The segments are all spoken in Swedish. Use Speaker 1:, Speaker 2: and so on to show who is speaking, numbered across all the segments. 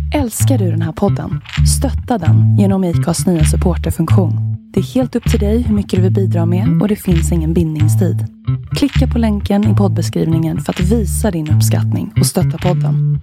Speaker 1: Älskar du den här podden? Stötta den genom IKAs nya supporterfunktion. Det är helt upp till dig hur mycket du vill bidra med och det finns ingen bindningstid. Klicka på länken i poddbeskrivningen för att visa din uppskattning och stötta podden.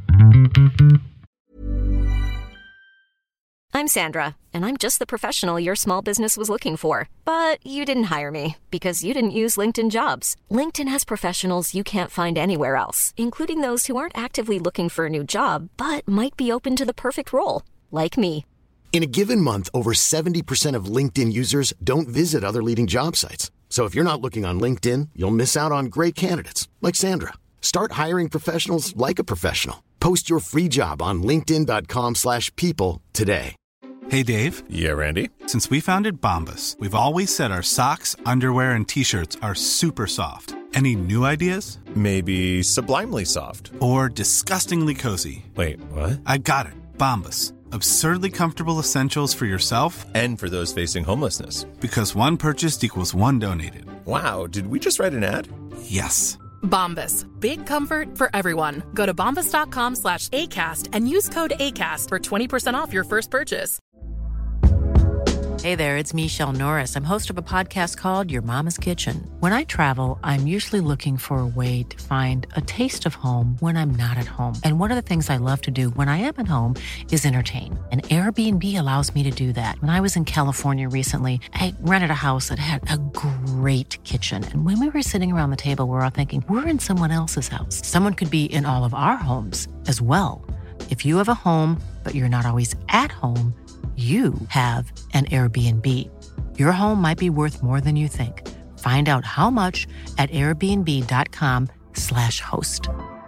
Speaker 2: I'm Sandra, and I'm just the professional your small business was looking for. But you didn't hire me because you didn't use LinkedIn Jobs. LinkedIn has professionals you can't find anywhere else, including those who aren't actively looking for a new job, but might be open to the perfect role, like me.
Speaker 3: In a given month, over 70% of LinkedIn users don't visit other leading job sites. So if you're not looking on LinkedIn, you'll miss out on great candidates like Sandra. Start hiring professionals like a professional. Post your free job on linkedin.com/people today.
Speaker 4: Hey, Dave.
Speaker 5: Yeah, Randy.
Speaker 4: Since we founded Bombas, we've always said our socks, underwear, and T-shirts are super soft. Any new ideas?
Speaker 5: Maybe sublimely soft.
Speaker 4: Or disgustingly cozy.
Speaker 5: Wait, what?
Speaker 4: I got it. Bombas. Absurdly comfortable essentials for yourself
Speaker 5: and for those facing homelessness.
Speaker 4: Because one purchased equals one donated.
Speaker 5: Wow, did we just write an ad?
Speaker 4: Yes.
Speaker 6: Bombas. Big comfort for everyone. Go to bombas.com/ACAST and use code ACAST for 20% off your first purchase.
Speaker 7: Hey there, it's Michelle Norris. I'm host of a podcast called Your Mama's Kitchen. When I travel, I'm usually looking for a way to find a taste of home when I'm not at home. And one of the things I love to do when I am at home is entertain. And Airbnb allows me to do that. When I was in California recently, I rented a house that had a great kitchen. And when we were sitting around the table, we were all thinking, we're in someone else's house. Someone could be in all of our homes as well. If you have a home, but you're not always at home, you have an Airbnb. Your home might be worth more than you think. Find out how much at airbnb.com/host.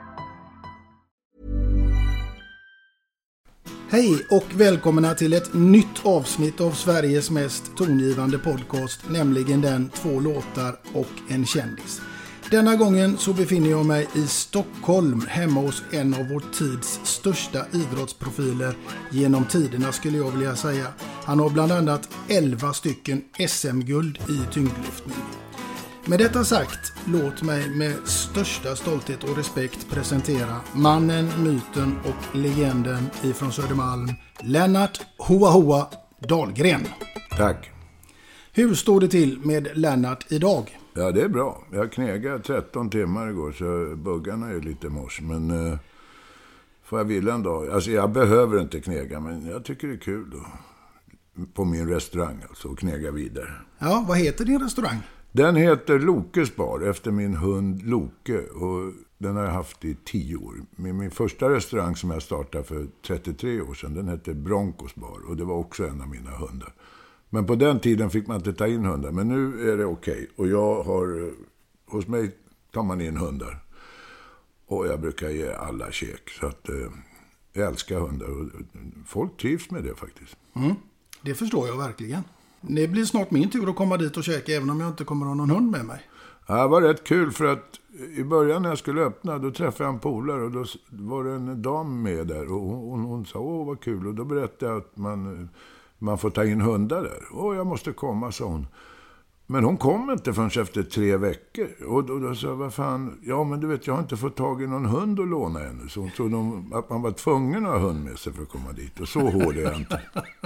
Speaker 8: Hej och välkomna till ett nytt avsnitt av Sveriges mest tongivande podcast, nämligen den 2 låtar och en kändis. Denna gången så befinner jag mig i Stockholm, hemma hos en av vår tids största idrottsprofiler genom tiderna skulle jag vilja säga. Han har bland annat 11 stycken SM-guld i tyngdlyftning. Med detta sagt, låt mig med största stolthet och respekt presentera mannen, myten och legenden ifrån Södermalm, Lennart Hoa Hoa Dahlgren.
Speaker 9: Tack.
Speaker 8: Hur står det till med Lennart idag?
Speaker 9: Ja, det är bra. Jag knegade 13 timmar igår så buggarna är lite mors. Men får jag vilja en dag. Alltså jag behöver inte knega, men jag tycker det är kul då. På min restaurang alltså, och knega vidare.
Speaker 8: Ja, vad heter din restaurang?
Speaker 9: Den heter Lokes bar efter min hund Loke och den har jag haft i 10 år. Min första restaurang som jag startade för 33 år sedan, den hette Broncos bar och det var också en av mina hundar. Men på den tiden fick man inte ta in hundar. Men nu är det okej. Och jag har... Hos mig tar man in hundar. Och jag brukar ge alla käk. Så att jag älskar hundar. Och folk trivs med det faktiskt.
Speaker 8: Mm, det förstår jag verkligen. Det blir snart min tur att komma dit och käka. Även om jag inte kommer ha någon hund med mig.
Speaker 9: Ja, det var rätt kul för att i början när jag skulle öppna då träffade jag en polare. Och då var det en dam med där. Och hon sa, åh vad kul. Och då berättade jag att man får ta in hundar där. Jag måste komma, sa hon. Men hon kom inte förrän efter 3 veckor. Och då sa jag, vad fan? Ja, men du vet, jag har inte fått tag i någon hund att låna ännu. Så hon trodde att man var tvungen att ha hund med sig för att komma dit. Och så hård är jag inte.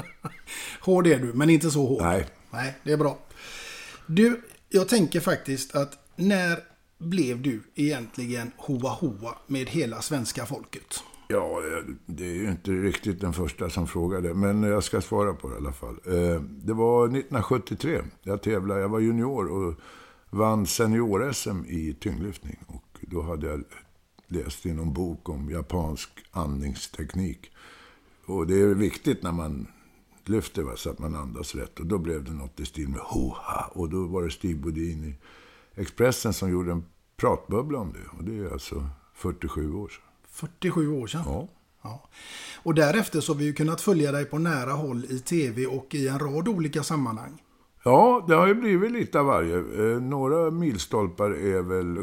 Speaker 8: Hård är du, men inte så hård.
Speaker 9: Nej,
Speaker 8: det är bra. Du, jag tänker faktiskt att när blev du egentligen Hoa Hoa med hela svenska folket?
Speaker 9: Ja, det är ju inte riktigt den första som frågade, men jag ska svara på det i alla fall. Det var 1973. Jag var junior och vann senior-SM i tyngdlyftning. Och då hade jag läst i någon bok om japansk andningsteknik. Och det är viktigt när man lyfter så att man andas rätt. Och då blev det något i stil med Hoa. Och då var det Stig Bodin i Expressen som gjorde en pratbubbla om det. Och det är alltså 47 år sedan.
Speaker 8: 47 år sedan?
Speaker 9: Ja.
Speaker 8: Och därefter så har vi ju kunnat följa dig på nära håll i tv och i en rad olika sammanhang.
Speaker 9: Ja, det har ju blivit lite av varje. Några milstolpar är väl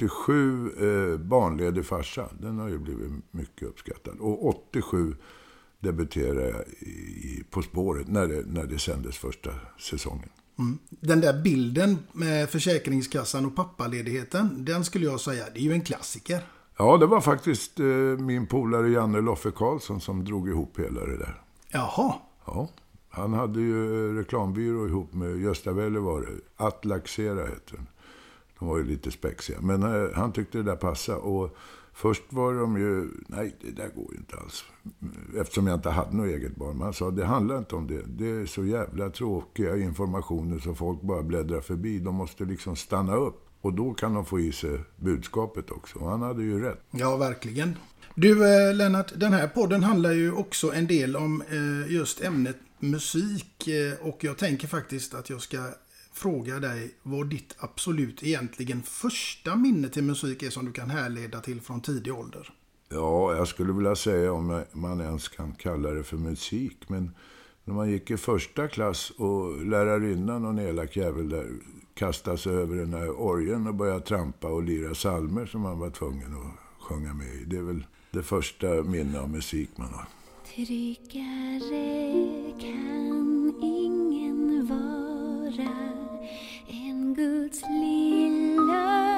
Speaker 9: 77 barnledig farsa. Den har ju blivit mycket uppskattad. Och 87 debuterade jag På spåret när det sändes första säsongen.
Speaker 8: Mm. Den där bilden med Försäkringskassan och pappaledigheten, den skulle jag säga, det är ju en klassiker.
Speaker 9: Ja, det var faktiskt min polare Janne Loffe Karlsson som drog ihop hela det där.
Speaker 8: Jaha.
Speaker 9: Ja, han hade ju reklambyrå ihop med Gösta Welle var det. Att laxera heter den. De var ju lite spexiga. Men han tyckte det där passade. Och först var de ju, nej det där går ju inte alls. Eftersom jag inte hade något eget barn. Man sa, det handlar inte om det. Det är så jävla tråkiga informationer så folk bara bläddrar förbi. De måste liksom stanna upp. Och då kan de få i sig budskapet också. Och han hade ju rätt.
Speaker 8: Ja, verkligen. Du Lennart, den här podden handlar ju också en del om just ämnet musik. Och jag tänker faktiskt att jag ska fråga dig vad ditt absolut egentligen första minne till musik är som du kan härleda till från tidig ålder.
Speaker 9: Ja, jag skulle vilja säga om man ens kan kalla det för musik. Men när man gick i första klass och lärarinnan och elak jävel där kastade sig över den här orgeln och började trampa och lira salmer som man var tvungen att sjunga med i. Det är väl det första minne av musik man har.
Speaker 10: Tryggare kan ingen vara en Guds lilla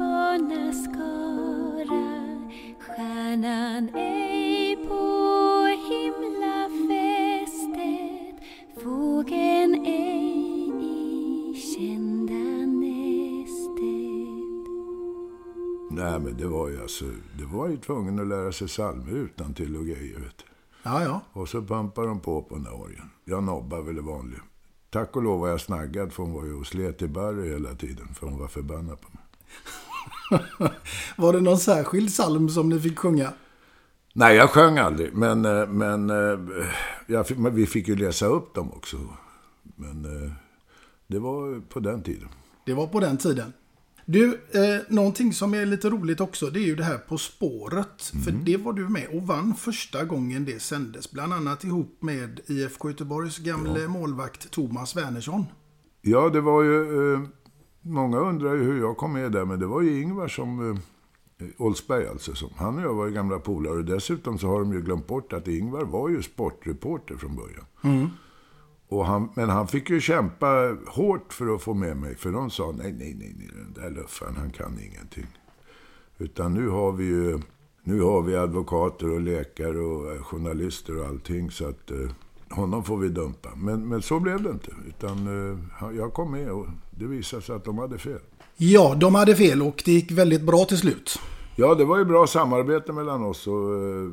Speaker 10: barnaskara. Stjärnan ej på himlafästet, fågeln ej i kända nästet.
Speaker 9: Nej, men det var ju tvungen att lära sig salmer utan till och grejer, vet du.
Speaker 8: Ja.
Speaker 9: Och så pumpade de på den där orgeln. Jag nobbade väl det vanliga. Tack och lov var jag snaggad, för hon var ju och slet i Barry hela tiden, för hon var förbannad på mig.
Speaker 8: Var det någon särskild psalm som ni fick sjunga?
Speaker 9: Nej, jag sjöng aldrig, men vi fick ju läsa upp dem också. Men det var på den tiden.
Speaker 8: Det var på den tiden. Du, någonting som är lite roligt också, det är ju det här På spåret. För det var du med och vann första gången det sändes. Bland annat ihop med IFK Göteborgs gamle målvakt Thomas Wernersson.
Speaker 9: Ja, det var ju... många undrar ju hur jag kom med där, men det var ju Ingvar som... Oldsberg alltså. Han och jag var ju gamla polare. Och dessutom så har de ju glömt bort att Ingvar var ju sportreporter från början. Mm. Men han fick ju kämpa hårt för att få med mig. För de sa, nej, den där luffaren, han kan ingenting. Utan nu har vi advokater och läkare och journalister och allting. Så att honom får vi dumpa. Men så blev det inte. Utan jag kom med och det visade sig att de hade fel.
Speaker 8: Ja, de hade fel och det gick väldigt bra till slut.
Speaker 9: Ja, det var ju bra samarbete mellan oss. Och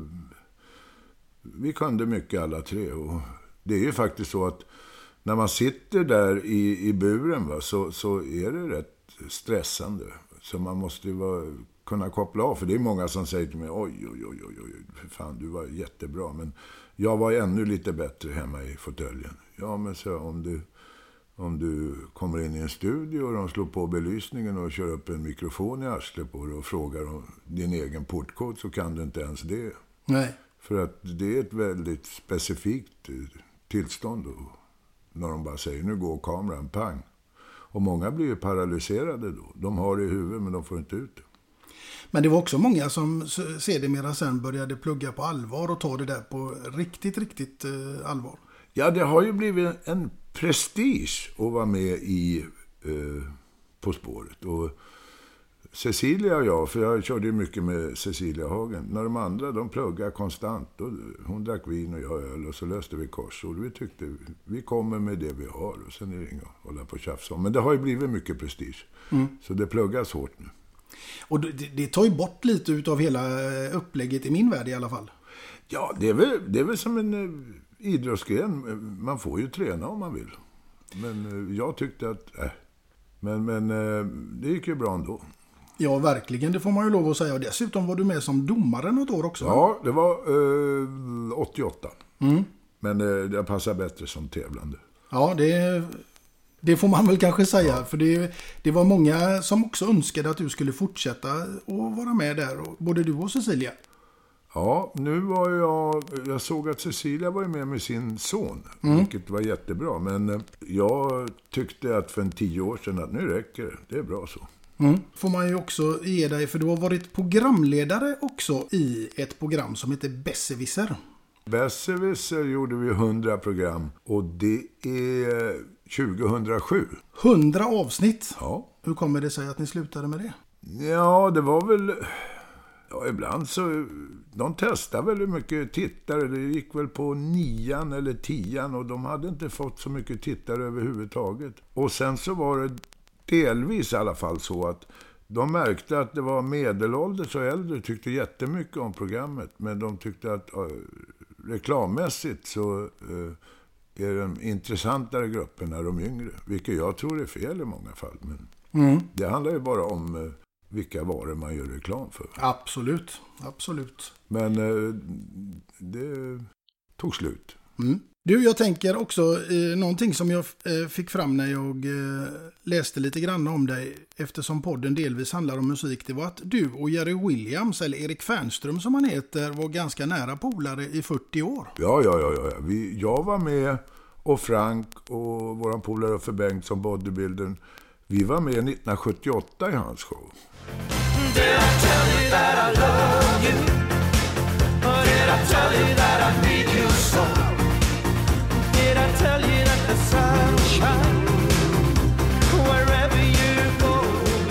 Speaker 9: vi kunde mycket alla tre. Och det är ju faktiskt så att när man sitter där i buren så är det rätt stressande. Så man måste ju kunna koppla av. För det är många som säger till mig, oj, för fan, du var jättebra. Men jag var ännu lite bättre hemma i fåtöljen. Ja, men så om du kommer in i en studio och de slår på belysningen och kör upp en mikrofon i arslet på dig och frågar om din egen portkod, så kan du inte ens det.
Speaker 8: Nej.
Speaker 9: För att det är ett väldigt specifikt tillstånd då, när de bara säger, nu går kameran, pang. Och många blir ju paralyserade då. De har det i huvudet men de får inte ut det.
Speaker 8: Men det var också många som sedermera sen började plugga på allvar och ta det där på riktigt allvar.
Speaker 9: Ja, det har ju blivit en prestige att vara med i På spåret. Och Cecilia och jag, för jag körde ju mycket med Cecilia Hagen. När de andra, de pluggade konstant. Och hon drack vin och jag öl och så löste vi kors. Och vi tyckte, vi kommer med det vi har. Och sen är det inga att hålla på och tjafsa om. Men det har ju blivit mycket prestige. Så det pluggas hårt nu.
Speaker 8: Och det tar ju bort lite av hela upplägget i min värld i alla fall.
Speaker 9: Ja, det är väl som en idrottsgren. Man får ju träna om man vill. Men jag tyckte att men det gick ju bra ändå.
Speaker 8: Ja, verkligen. Det får man ju lov att säga. Och dessutom var du med som domare något år också.
Speaker 9: Ja, det var 88. Men det passar bättre som tävlande.
Speaker 8: Ja, det får man väl kanske säga. Ja. För det var många som också önskade att du skulle fortsätta att vara med där. Både du och Cecilia.
Speaker 9: Ja, nu var jag såg att Cecilia var med sin son, vilket var jättebra. Men jag tyckte att för 10 år sedan att nu räcker det. Det är bra så.
Speaker 8: Får man ju också ge dig, för du har varit programledare också i ett program som heter Besserwisser.
Speaker 9: Besserwisser gjorde vi 100 program och det är 2007.
Speaker 8: 100 avsnitt?
Speaker 9: Ja.
Speaker 8: Hur kommer det sig att ni slutade med det?
Speaker 9: Ja, det var väl... Ja, ibland så... De testade väl hur mycket tittare. Det gick väl på 9 eller 10 och de hade inte fått så mycket tittare överhuvudtaget. Och sen så var det delvis i alla fall så att de märkte att det var medelålders och äldre tyckte jättemycket om programmet. Men de tyckte att reklammässigt så är de intressantare grupperna de yngre. Vilket jag tror är fel i många fall. Men det handlar ju bara om vilka varor man gör reklam för.
Speaker 8: Absolut, absolut.
Speaker 9: Men det tog slut.
Speaker 8: Du, jag tänker också någonting som jag fick fram när jag läste lite grann om dig, eftersom podden delvis handlar om musik. Det var att du och Jerry Williams, eller Erik Fernström som han heter, var ganska nära polare i 40 år.
Speaker 9: Ja. Jag var med, och Frank och våran polare för Bengt som bodybuildern. Vi var med 1978 i hans show.
Speaker 11: Did I tell you that I love you? Or did I tell you that I need you so? Did I tell you that the sun shines wherever you go?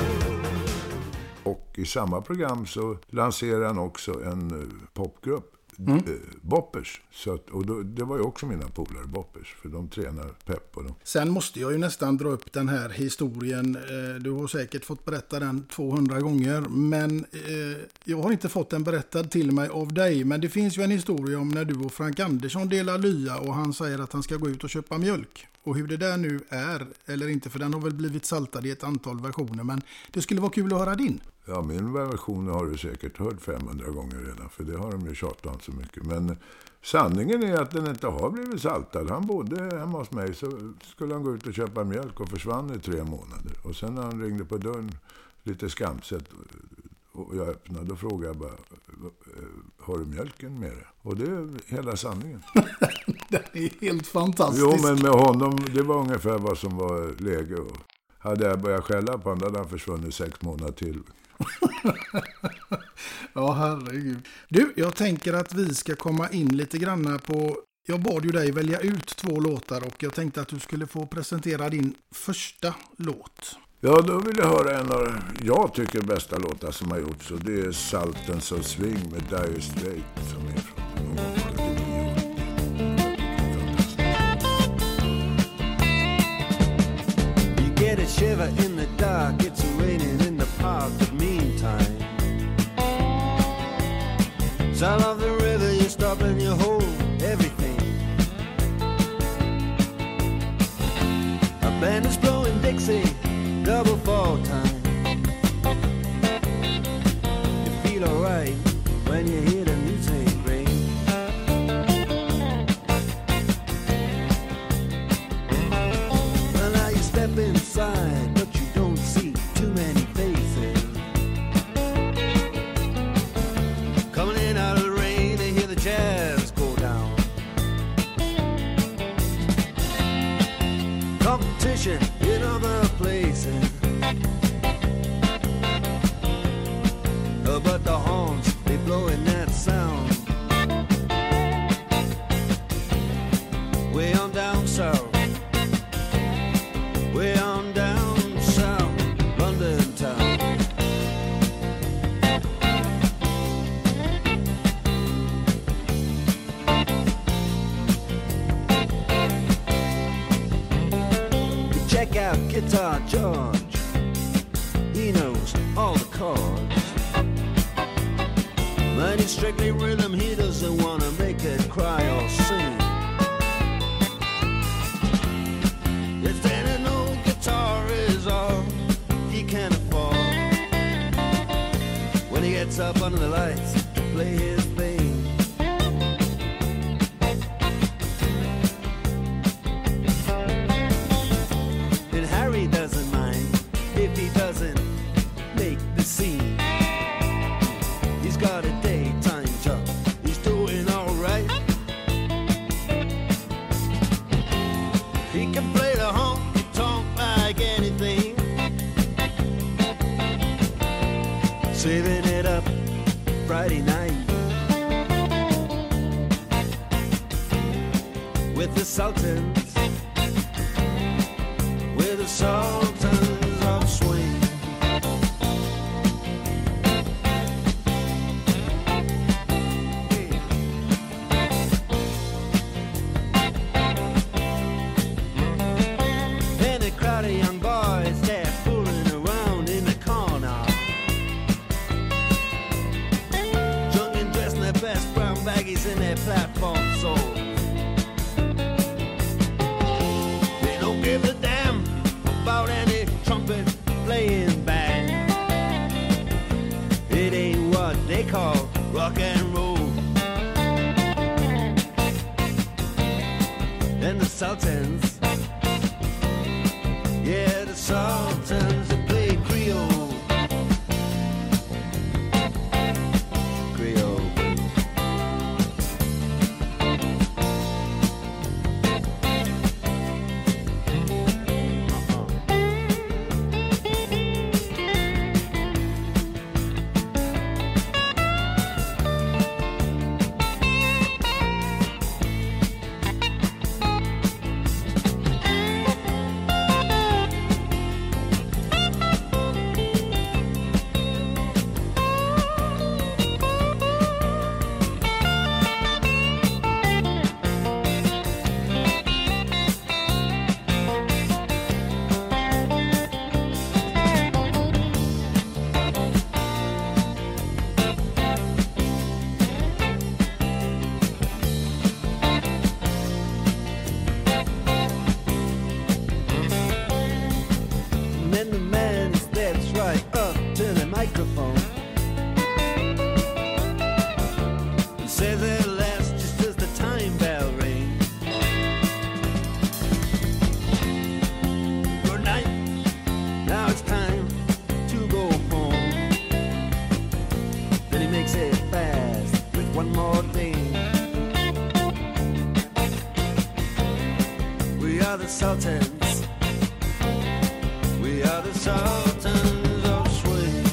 Speaker 9: Och i samma program så lanserade han också en popgrupp, Boppers. Så att, och det var ju också mina polare Boppers, för de tränar pepp och dem.
Speaker 8: Sen måste jag ju nästan dra upp den här historien. Du har säkert fått berätta den 200 gånger, men jag har inte fått den berättad till mig av dig. Men det finns ju en historia om när du och Frank Andersson delar lya och han säger att han ska gå ut och köpa mjölk. Och hur det där nu är, eller inte, för den har väl blivit saltad i ett antal versioner. Men det skulle vara kul att höra din.
Speaker 9: Ja, min version har du säkert hört 500 gånger redan, för det har de ju tjatat om så mycket. Men sanningen är att den inte har blivit saltad. Han bodde hemma hos mig, så skulle han gå ut och köpa mjölk och försvann i 3 månader. Och sen när han ringde på dörren lite skamset och jag öppnade och frågade bara, har du mjölken med dig? Och det är hela sanningen.
Speaker 8: Det är helt fantastiskt.
Speaker 9: Jo, men med honom, det var ungefär vad som var läge. Och hade jag börjat skälla på honom, hade han försvunnit 6 månader till.
Speaker 8: Ja, herregud. Du, jag tänker att vi ska komma in lite granna på... Jag bad ju dig välja ut 2 låtar och jag tänkte att du skulle få presentera din första låt.
Speaker 9: Ja, då vill jag höra en av jag tycker bästa låtar som har gjorts, och det är Saltens och Swing med Dire Straits som är från någon gång 49 år.
Speaker 11: You get a shiver in the dark, it's raining in the park, but meantime sound of the river, you stop and you hold everything. A band is blowing Dixie, double fall time. You feel alright when you hear the music ring. Well, now you step inside, but you don't see too many faces. Coming in out of the rain to hear the jazz go down. Competition in other places, but the horns, they blowing that sound. Way on down south, way on down south, London town. Check out Guitar George, he knows all the chords. But he's strictly rhythm, he doesn't want to make it cry or sing. If then an old guitar is all he can afford, when he gets up under the lights to play his thing. And Harry doesn't mind if he doesn't make the scene. He's got a daytime job, he's doing alright. He can play the honky-tonk like anything, saving it up Friday night with the Sultans, with the Sultans of Swing. their platform sold. They don't give a damn about any trumpet playing band. It ain't what they call rock and roll. And the Sultans, yeah, the Sultans, they play Creole. Creole. Sultans, we are the Sultans of swing.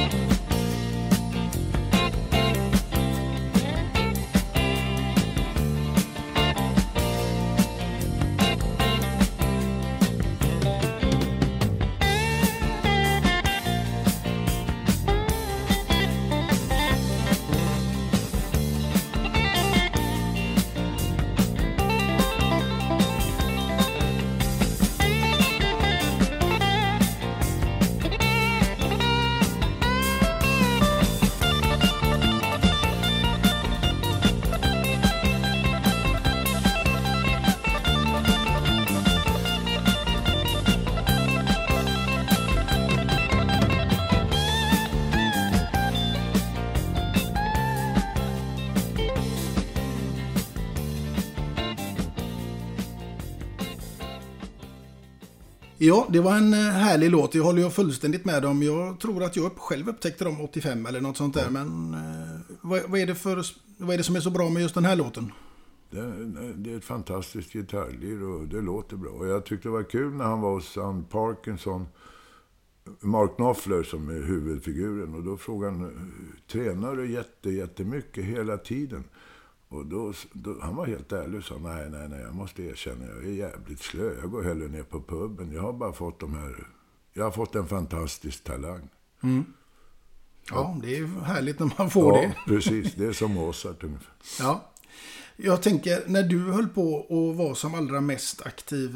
Speaker 8: Ja, det var en härlig låt. Jag håller ju fullständigt med dem. Jag tror att jag själv upptäckte dem 85 eller något sånt där. Men vad är det som är så bra med just den här låten?
Speaker 9: Det är ett fantastiskt gitarrlir och det låter bra. Och jag tyckte det var kul när han var hos Sam Parkinson, Mark Knopfler som är huvudfiguren. Och då frågade han, tränar du jättemycket hela tiden? Och då han var helt ärlig och sa, nej, jag måste erkänna, jag är jävligt slö. Jag går hellre ner på puben. Jag har bara fått jag har fått en fantastisk talang.
Speaker 8: Mm. Ja, det är härligt när man får det.
Speaker 9: Ja, precis. Det är som Mozart ungefär.
Speaker 8: Ja. Jag tänker, när du höll på och var som allra mest aktiv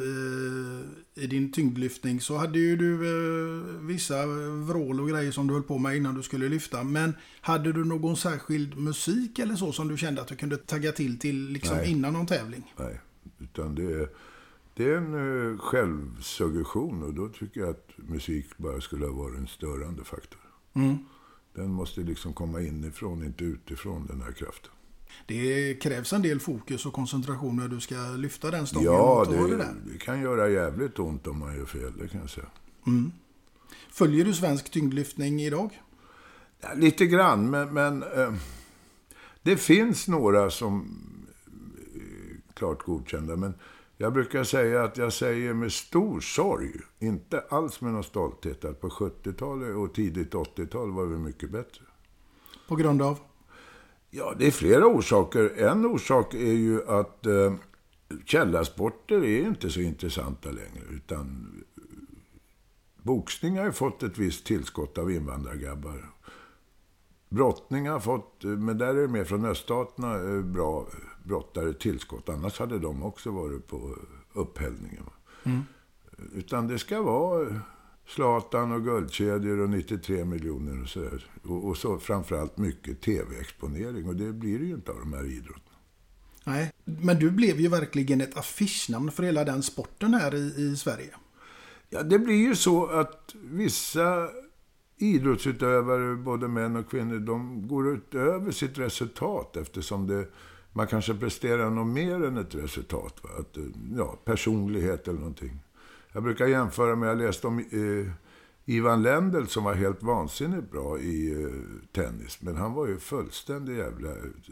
Speaker 8: i din tyngdlyftning så hade ju du vissa vrål och grejer som du höll på med innan du skulle lyfta. Men hade du någon särskild musik eller så som du kände att du kunde tagga till liksom innan någon tävling?
Speaker 9: Nej, utan det är en självsuggestion och då tycker jag att musik bara skulle ha varit en störande faktor.
Speaker 8: Mm.
Speaker 9: Den måste liksom komma inifrån, inte utifrån den här kraften.
Speaker 8: Det krävs en del fokus och koncentration när du ska lyfta den stången.
Speaker 9: Ja, det kan göra jävligt ont om man gör fel, det kan jag säga.
Speaker 8: Mm. Följer du svensk tyngdlyftning idag?
Speaker 9: Ja, lite grann, men det finns några som är klart godkända. Men jag brukar säga att jag säger med stor sorg, inte alls med någon stolthet, att på 70-talet och tidigt 80-tal var vi mycket bättre.
Speaker 8: På grund av?
Speaker 9: Ja, det är flera orsaker. En orsak är ju att källarsporter är inte så intressanta längre. Utan boxning har ju fått ett visst tillskott av invandrargrabbar. Brottning har fått, men där är det mer från öststaterna, bra brottare tillskott. Annars hade de också varit på upphällningen.
Speaker 8: Mm.
Speaker 9: Utan det ska vara Zlatan och guldkedjor och 93 miljoner och så där. Och så framförallt mycket tv-exponering. Och det blir det ju inte av de här idrotterna.
Speaker 8: Nej, men du blev ju verkligen ett affischnamn för hela den sporten här i Sverige.
Speaker 9: Ja, det blir ju så att vissa idrottsutövare, både män och kvinnor, de går utöver sitt resultat eftersom man kanske presterar något mer än ett resultat. Va? Att, ja, personlighet eller någonting. Jag brukar jämföra med, jag läste om Ivan Lendl som var helt vansinnigt bra i tennis. Men han var ju fullständigt jävla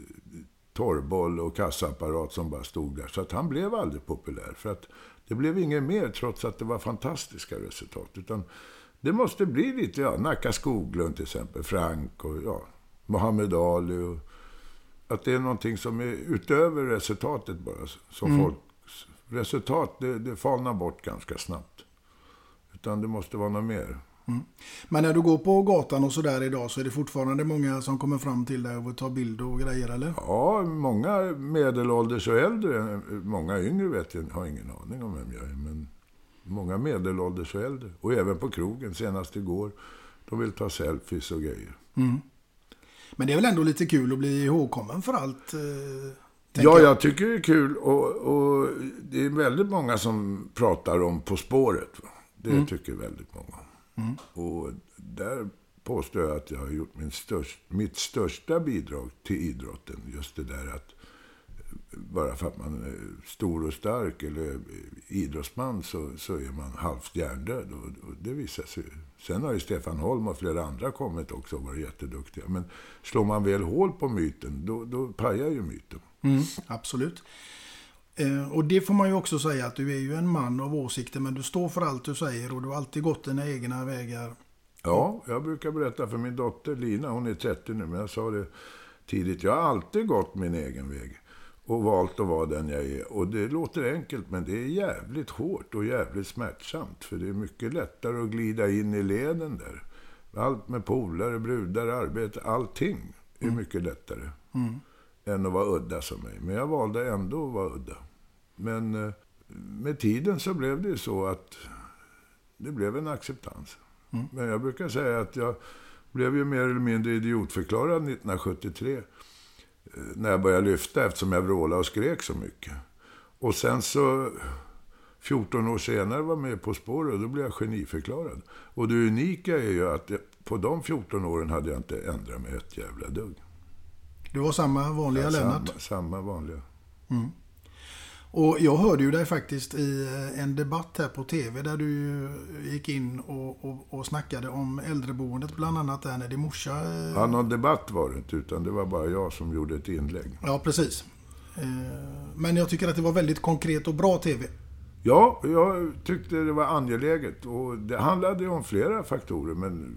Speaker 9: torrboll och kassaapparat som bara stod där. Så att han blev aldrig populär. För att det blev inget mer trots att det var fantastiska resultat. Utan det måste bli lite, ja, Nacka Skoglund till exempel, Frank och ja, Muhammad Ali. Och att det är någonting som är utöver resultatet bara. Som folks resultat, det falnar bort ganska snabbt. Utan det måste vara något mer.
Speaker 8: Men när du går på gatan och så där idag så är det fortfarande många som kommer fram till dig och tar bild och grejer, eller?
Speaker 9: Ja, många medelålders och äldre. Många yngre vet jag, har ingen aning om vem jag är. Men många medelålders och äldre. Och även på krogen senast igår. De vill ta selfies och grejer.
Speaker 8: Men det är väl ändå lite kul att bli ihågkommen för allt?
Speaker 9: Jag tycker det är kul. Och det är väldigt många som pratar om På spåret. Va? Det tycker väldigt många. Och där påstår jag att jag har gjort mitt största bidrag till idrotten. Just det där att bara för att man är stor och stark eller idrottsman så är man halvt hjärndöd. Och det visar sig. Sen har ju Stefan Holm och flera andra kommit också och varit jätteduktiga. Men slår man väl hål på myten, då pajar ju myten.
Speaker 8: Absolut. Och det får man ju också säga att du är ju en man av åsikter, men du står för allt du säger och du har alltid gått dina egna vägar.
Speaker 9: Ja, jag brukar berätta för min dotter Lina, hon är 30 nu, men jag sa det tidigt. Jag har alltid gått min egen väg och valt att vara den jag är. Och det låter enkelt, men det är jävligt hårt och jävligt smärtsamt. För det är mycket lättare att glida in i leden där. Allt med polare, brudar, arbete, allting är mycket lättare än att vara udda som mig. Men jag valde ändå att vara udda. Men med tiden så blev det så att det blev en acceptans. Men jag brukar säga att jag blev ju mer eller mindre idiotförklarad 1973 när jag började lyfta eftersom jag vrålade och skrek så mycket. Och sen så 14 år senare var med På spåret och då blev jag geniförklarad. Och det unika är ju att på de 14 åren hade jag inte ändrat mig ett jävla dugg.
Speaker 8: Du var samma vanliga Lennart?
Speaker 9: Samma vanliga.
Speaker 8: Och jag hörde ju dig faktiskt i en debatt här på tv där du gick in och snackade om äldreboendet bland annat där när din morsa...
Speaker 9: Ja, någon debatt var det inte utan det var bara jag som gjorde ett inlägg.
Speaker 8: Ja, precis. Men jag tycker att det var väldigt konkret och bra tv.
Speaker 9: Ja, jag tyckte det var angeläget och det handlade om flera faktorer, men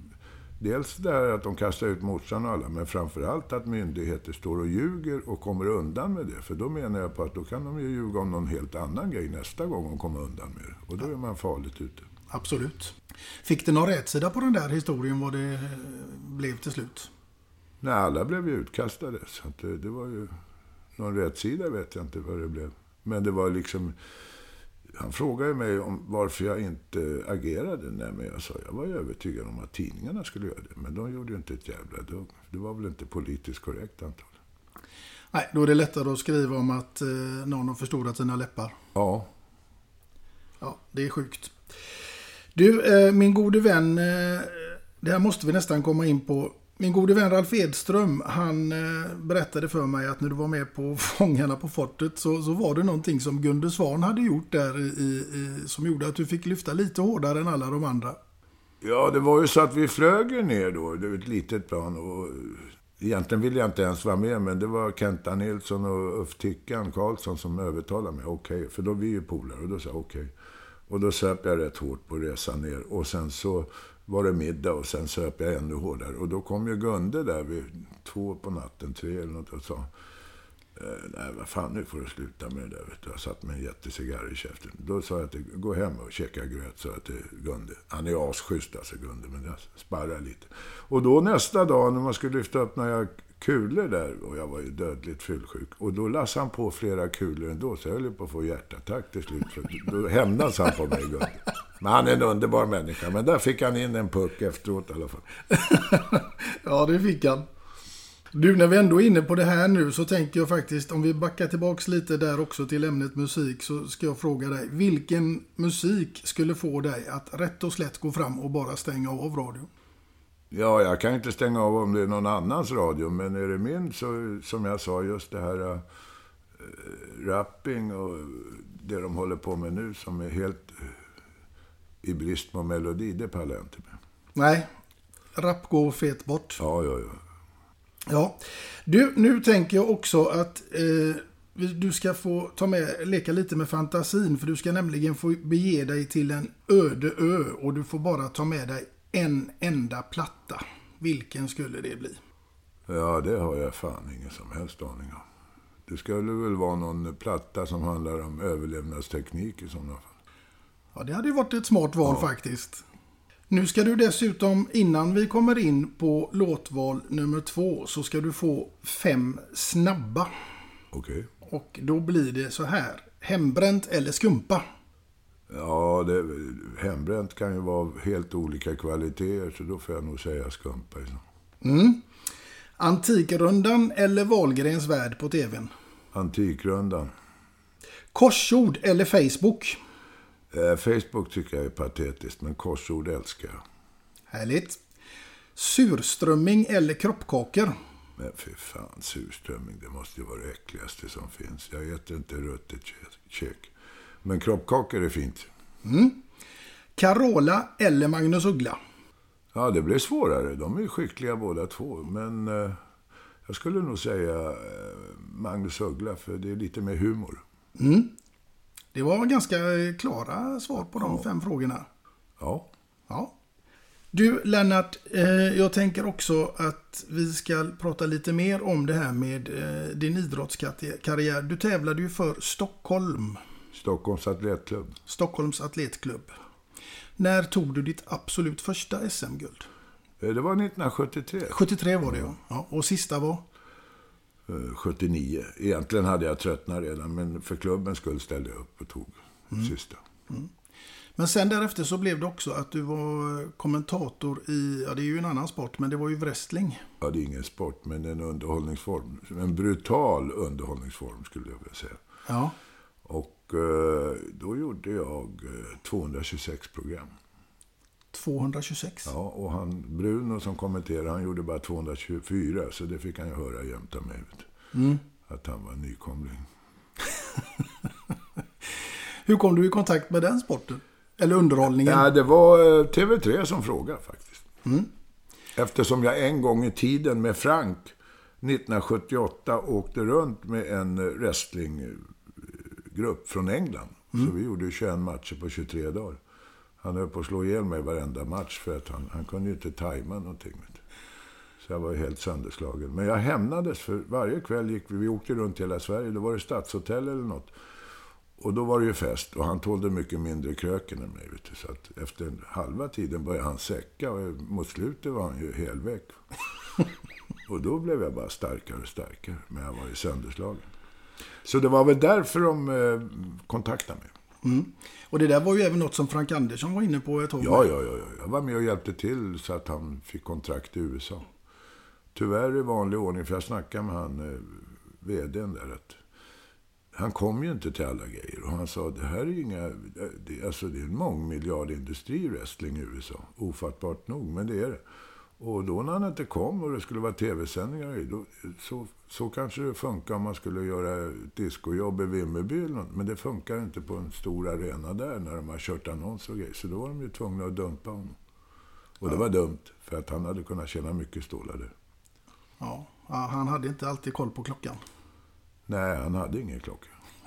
Speaker 9: dels där att de kastar ut morsan och alla, men framförallt att myndigheter står och ljuger och kommer undan med det. För då menar jag på att då kan de ju ljuga om någon helt annan grej nästa gång de kommer undan med det. Och då är man farligt ute.
Speaker 8: Absolut. Fick det någon rätsida på den där historien vad det blev till slut?
Speaker 9: Nej, alla blev ju utkastade. Så att det var ju någon rätsida vet jag inte vad det blev. Men det var liksom... Han frågade mig om varför jag inte agerade. Nej, men jag sa jag var övertygad om att tidningarna skulle göra det. Men de gjorde ju inte ett jävla dugg. Det var väl inte politiskt korrekt antagligen.
Speaker 8: Nej, då är det lättare att skriva om att någon har förstorat sina läppar.
Speaker 9: Ja.
Speaker 8: Ja, det är sjukt. Du, min gode vän, det här måste vi nästan komma in på. Min gode vän Ralf Edström, han berättade för mig att när du var med på Fångarna på fortet så var det någonting som Gunde Svan hade gjort där som gjorde att du fick lyfta lite hårdare än alla de andra.
Speaker 9: Ja, det var ju så att vi flög ner då. Det var ett litet plan och egentligen ville jag inte ens vara med, men det var Kenta Nilsson och Ulf Tickan Karlsson som övertalade mig. Okej, för då vi ju polare och då sa jag okej. Och då söp jag rätt hårt på resan ner och sen så var det middag och sen söp jag ännu hårdare. Och då kom ju Gunde där vid 2 på natten, 3 eller något och sa nej, vad fan, nu får du sluta med det där. Vet du. Jag satt med en jättecigarr i käften. Då sa jag att gå hem och käka gröt, så att Gunde. Han är asschysst alltså Gunde, men jag sparrar lite. Och då nästa dag när man skulle lyfta upp några kulor där, och jag var ju dödligt fyllsjuk. Och då lassade han på flera kulor ändå, så jag höll på att få hjärtattack till slut. För då hämnas han på mig, Gunde. Men han är en underbar människa. Men där fick han in en puck efteråt i alla fall.
Speaker 8: Ja, det fick han. Du, när vi ändå är inne på det här nu så tänker jag faktiskt, om vi backar tillbaks lite där också till ämnet musik, så ska jag fråga dig, vilken musik skulle få dig att rätt och slätt gå fram och bara stänga av radion?
Speaker 9: Ja, jag kan inte stänga av om det är någon annans radio, men är det min så, som jag sa, just det här rapping och det de håller på med nu som är helt i brist på melodi, det pallar jag inte med.
Speaker 8: Nej, rap går fet bort.
Speaker 9: Ja.
Speaker 8: Ja, du, nu tänker jag också att du ska få leka lite med fantasin, för du ska nämligen få bege dig till en öde ö och du får bara ta med dig en enda platta. Vilken skulle det bli?
Speaker 9: Ja, det har jag fan ingen som helst aning om. Det skulle väl vara någon platta som handlar om överlevnadsteknik i sådana fall.
Speaker 8: Ja, det hade ju varit ett smart val faktiskt. Nu ska du dessutom, innan vi kommer in på låtval nummer 2, så ska du få 5 snabba.
Speaker 9: Okej.
Speaker 8: Och då blir det så här: hembränt eller skumpa?
Speaker 9: Ja, hembränt kan ju vara helt olika kvaliteter, så då får jag nog säga skumpa.
Speaker 8: Antikrundan eller Wahlgrens värld på tvn?
Speaker 9: Antikrundan.
Speaker 8: Korsord eller Facebook?
Speaker 9: Facebook tycker jag är patetiskt, men korsord älskar jag.
Speaker 8: Härligt. Surströmming eller kroppkakor?
Speaker 9: Men för fan, surströmming, det måste ju vara det äckligaste som finns. Jag äter inte ruttet kök. Men kroppkakor är fint.
Speaker 8: Carola eller Magnus Uggla?
Speaker 9: Ja, det blir svårare. De är skickliga båda två. Men jag skulle nog säga Magnus Uggla, för det är lite mer humor.
Speaker 8: Det var ganska klara svar på de 5 frågorna.
Speaker 9: Ja.
Speaker 8: Du, Lennart, jag tänker också att vi ska prata lite mer om det här med din idrottskarriär. Du tävlade ju för
Speaker 9: Stockholms atletklubb.
Speaker 8: Stockholms atletklubb. När tog du ditt absolut första SM-guld?
Speaker 9: Det var 1973.
Speaker 8: 73 var det, ja. Och sista var?
Speaker 9: 79. Egentligen hade jag tröttnat redan, men för klubbens skull ställde jag upp och tog sista.
Speaker 8: Men sen därefter så blev det också att du var kommentator i, ja det är ju en annan sport, men det var ju wrestling.
Speaker 9: Ja, det är ingen sport, men en underhållningsform. En brutal underhållningsform skulle jag vilja säga.
Speaker 8: Ja.
Speaker 9: Och då gjorde jag 226 program.
Speaker 8: 226?
Speaker 9: Ja, och Bruno som kommenterade, han gjorde bara 224, så det fick han ju höra jämt av mig ut. Att han var nykomling.
Speaker 8: Hur kom du i kontakt med den sporten? Eller underhållningen?
Speaker 9: Ja, det var TV3 som frågade faktiskt. Eftersom jag en gång i tiden med Frank 1978 åkte runt med en wrestlinggrupp från England. Så vi gjorde 21 matcher på 23 dagar. Han höll på att slå ihjäl mig varenda match för att han kunde ju inte tajma någonting. Så jag var helt sönderslagen. Men jag hämnades, för varje kväll vi åkte runt hela Sverige. Då var det stadshotell eller något. Och då var det ju fest. Och han tålde mycket mindre kröken än mig. Vet du. Så att efter halva tiden började han säcka. Och mot slutet var han ju helväck. Och då blev jag bara starkare och starkare. Men jag var ju sönderslagen. Så det var väl därför de kontaktade mig.
Speaker 8: Och det där var ju även något som Frank Andersson var inne på ett tag.
Speaker 9: Ja. Jag var med och hjälpte till så att han fick kontrakt i USA. Tyvärr i vanlig ordning, för jag snackade med han, vdn där, att han kom ju inte till alla grejer. Och han sa, det här är ju det är en mångmiljardindustri wrestling i USA. Ofattbart nog, men det är det. Och då när han inte kom och det skulle vara tv-sändningar, så kanske det funkar om man skulle göra ett discojobb i Vimmerby eller något. Men det funkar inte på en stor arena där när de har kört annons och grejer. Så då var de ju tvungna att dumpa honom. Och det var dumt, för att han hade kunnat tjäna mycket stålar där.
Speaker 8: Ja, han hade inte alltid koll på klockan.
Speaker 9: Nej, han hade ingen klocka.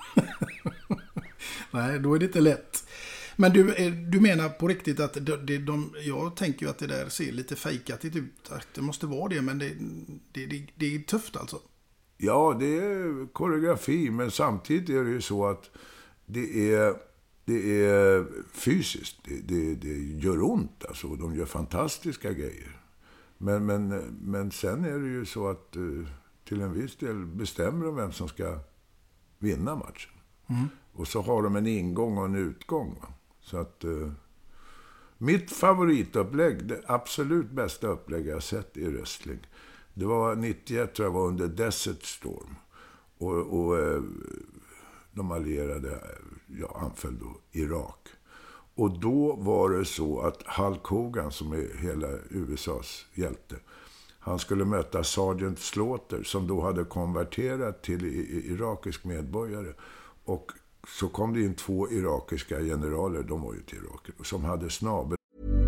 Speaker 8: Nej, då är det inte lätt. Men du menar på riktigt att jag tänker ju att det där ser lite fejkatigt ut. Att det måste vara det, men det är tufft alltså.
Speaker 9: Ja, det är koreografi, men samtidigt är det ju så att det är fysiskt. Det gör ont alltså. De gör fantastiska grejer. Men sen är det ju så att till en viss del bestämmer de vem som ska vinna matchen. Och så har de en ingång och en utgång. Va? Så att mitt favoritupplägg, det absolut bästa upplägg jag sett i wrestling, Det var 91 tror jag var under Desert Storm. Och de allierade anföll då Irak. Och då var det så att Hulk Hogan, som är hela USAs hjälte, han skulle möta Sergeant Slaughter som då hade konverterat till irakisk medborgare. Och så kom det in 2 irakiska generaler, de var ju till iraker, som hade snabel.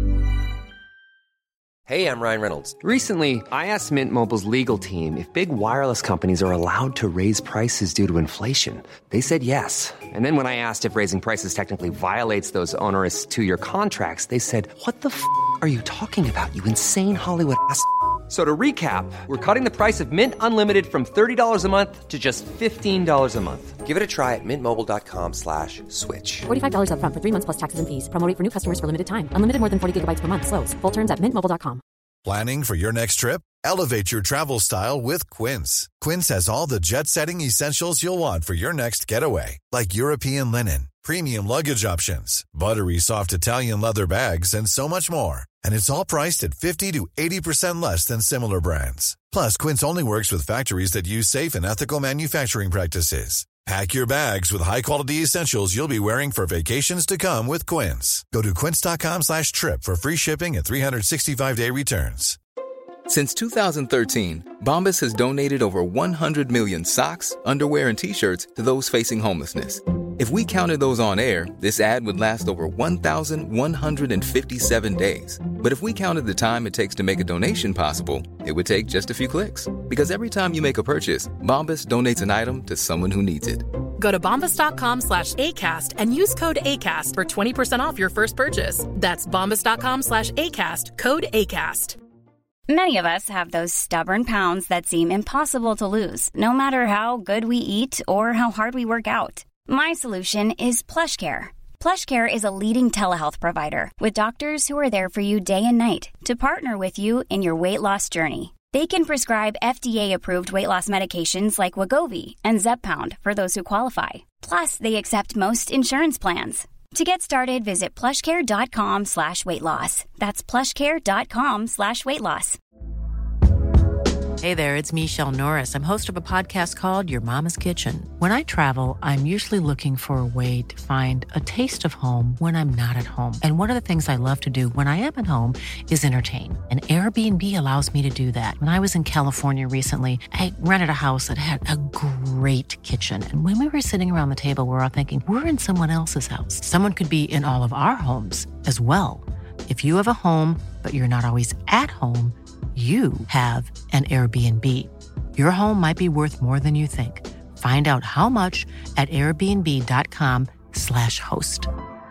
Speaker 12: Hey, I'm Ryan Reynolds. Recently, I asked Mint Mobile's legal team if big wireless companies are allowed to raise prices due to inflation. They said yes. And then when I asked if raising prices technically violates those onerous 2-year contracts, they said, "What the f*** are you talking about, you insane Hollywood ass?" So to recap, we're cutting the price of Mint Unlimited from $30 a month to just $15 a month. Give it a try at mintmobile.com/switch.
Speaker 13: $45 up front for 3 months plus taxes and fees. Promo rate for new customers for limited time. Unlimited more than 40 gigabytes per month. Slows full terms at mintmobile.com.
Speaker 14: Planning for your next trip? Elevate your travel style with Quince. Quince has all the jet-setting essentials you'll want for your next getaway, like European linen, premium luggage options, buttery soft Italian leather bags, and so much more. And it's all priced at 50 to 80% less than similar brands. Plus, Quince only works with factories that use safe and ethical manufacturing practices. Pack your bags with high-quality essentials you'll be wearing for vacations to come with Quince. Go to quince.com/trip for free shipping and 365-day returns.
Speaker 15: Since 2013, Bombas has donated over 100 million socks, underwear, and T-shirts to those facing homelessness. If we counted those on air, this ad would last over 1,157 days. But if we counted the time it takes to make a donation possible, it would take just a few clicks. Because every time you make a purchase, Bombas donates an item to someone who needs it.
Speaker 6: Go to bombas.com/ACAST and use code ACAST for 20% off your first purchase. That's bombas.com/ACAST, code ACAST.
Speaker 16: Many of us have those stubborn pounds that seem impossible to lose, no matter how good we eat or how hard we work out. My solution is PlushCare. PlushCare is a leading telehealth provider with doctors who are there for you day and night to partner with you in your weight loss journey. They can prescribe FDA-approved weight loss medications like Wegovy and Zepbound for those who qualify. Plus, they accept most insurance plans. To get started, visit plushcare.com/weightloss. That's plushcare.com/weightloss.
Speaker 7: Hey there, it's Michelle Norris. I'm host of a podcast called Your Mama's Kitchen. When I travel, I'm usually looking for a way to find a taste of home when I'm not at home. And one of the things I love to do when I am at home is entertain. And Airbnb allows me to do that. When I was in California recently, I rented a house that had a great kitchen. And when we were sitting around the table, we were all thinking, we're in someone else's house. Someone could be in all of our homes as well. If you have a home, but you're not always at home, you have an Airbnb. Your home might be worth more than you think. Find out how much at airbnb.com/host.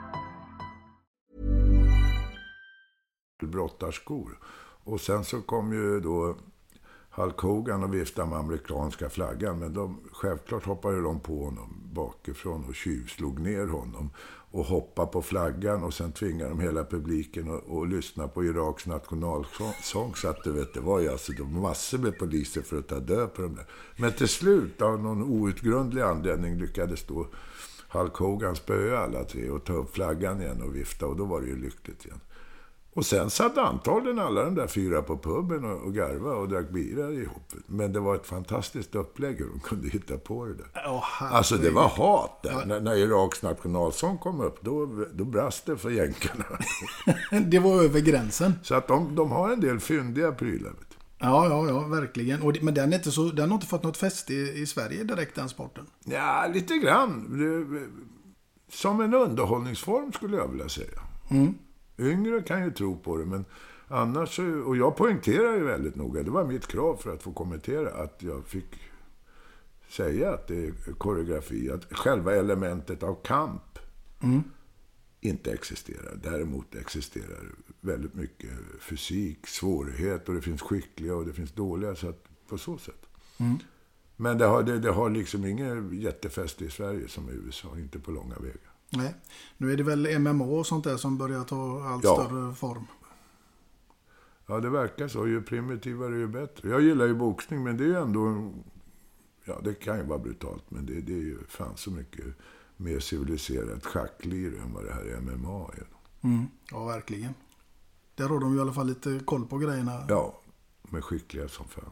Speaker 9: Brottarskor. Och sen så kom ju då Hulk Hogan och viftade med amerikanska flaggan. Men självklart hoppade de på honom bakifrån och tjuvslog ner honom. Och hoppade på flaggan och sen tvingade de hela publiken och lyssna på Iraks nationalsång. Så att det var ju alltså massor med poliser för att ta död på dem där. Men till slut, av någon outgrundlig anledning, lyckades då Hulk Hogan spöa alla 3 och ta upp flaggan igen och vifta. Och då var det ju lyckligt igen. Och sen satt antagligen alla de där 4 på puben och garva och drack bira ihop. Men det var ett fantastiskt upplägg hur de kunde hitta på det där. Alltså det var hat där. Ja. När Iraks nationalsång kom upp, då brast det för jänkarna.
Speaker 8: Det var över gränsen.
Speaker 9: Så att de har en del fyndiga prylar.
Speaker 8: Ja, verkligen. Men den har inte fått något fäste i Sverige direkt, den sporten.
Speaker 9: Ja, lite grann. Som en underhållningsform skulle jag vilja säga. Mm. Yngre kan ju tro på det, men annars, och jag poängterar ju väldigt noga, det var mitt krav för att få kommentera, att jag fick säga att det är koreografi, att själva elementet av kamp inte existerar. Däremot existerar väldigt mycket fysik, svårighet, och det finns skickliga och det finns dåliga, så att på så sätt. Mm. Men det har liksom ingen jättefäste i Sverige som i USA, inte på långa vägar.
Speaker 8: Nej, nu är det väl MMA och sånt där som börjar ta allt större form.
Speaker 9: Ja, det verkar så. Ju primitivare ju bättre. Jag gillar ju boxning, men det är ju ändå... Ja, det kan ju vara brutalt, men det är ju fan så mycket mer civiliserat schacklir än vad det här MMA är.
Speaker 8: Ja, verkligen. Där har de ju i alla fall lite koll på grejerna.
Speaker 9: Ja, med skickliga som fan.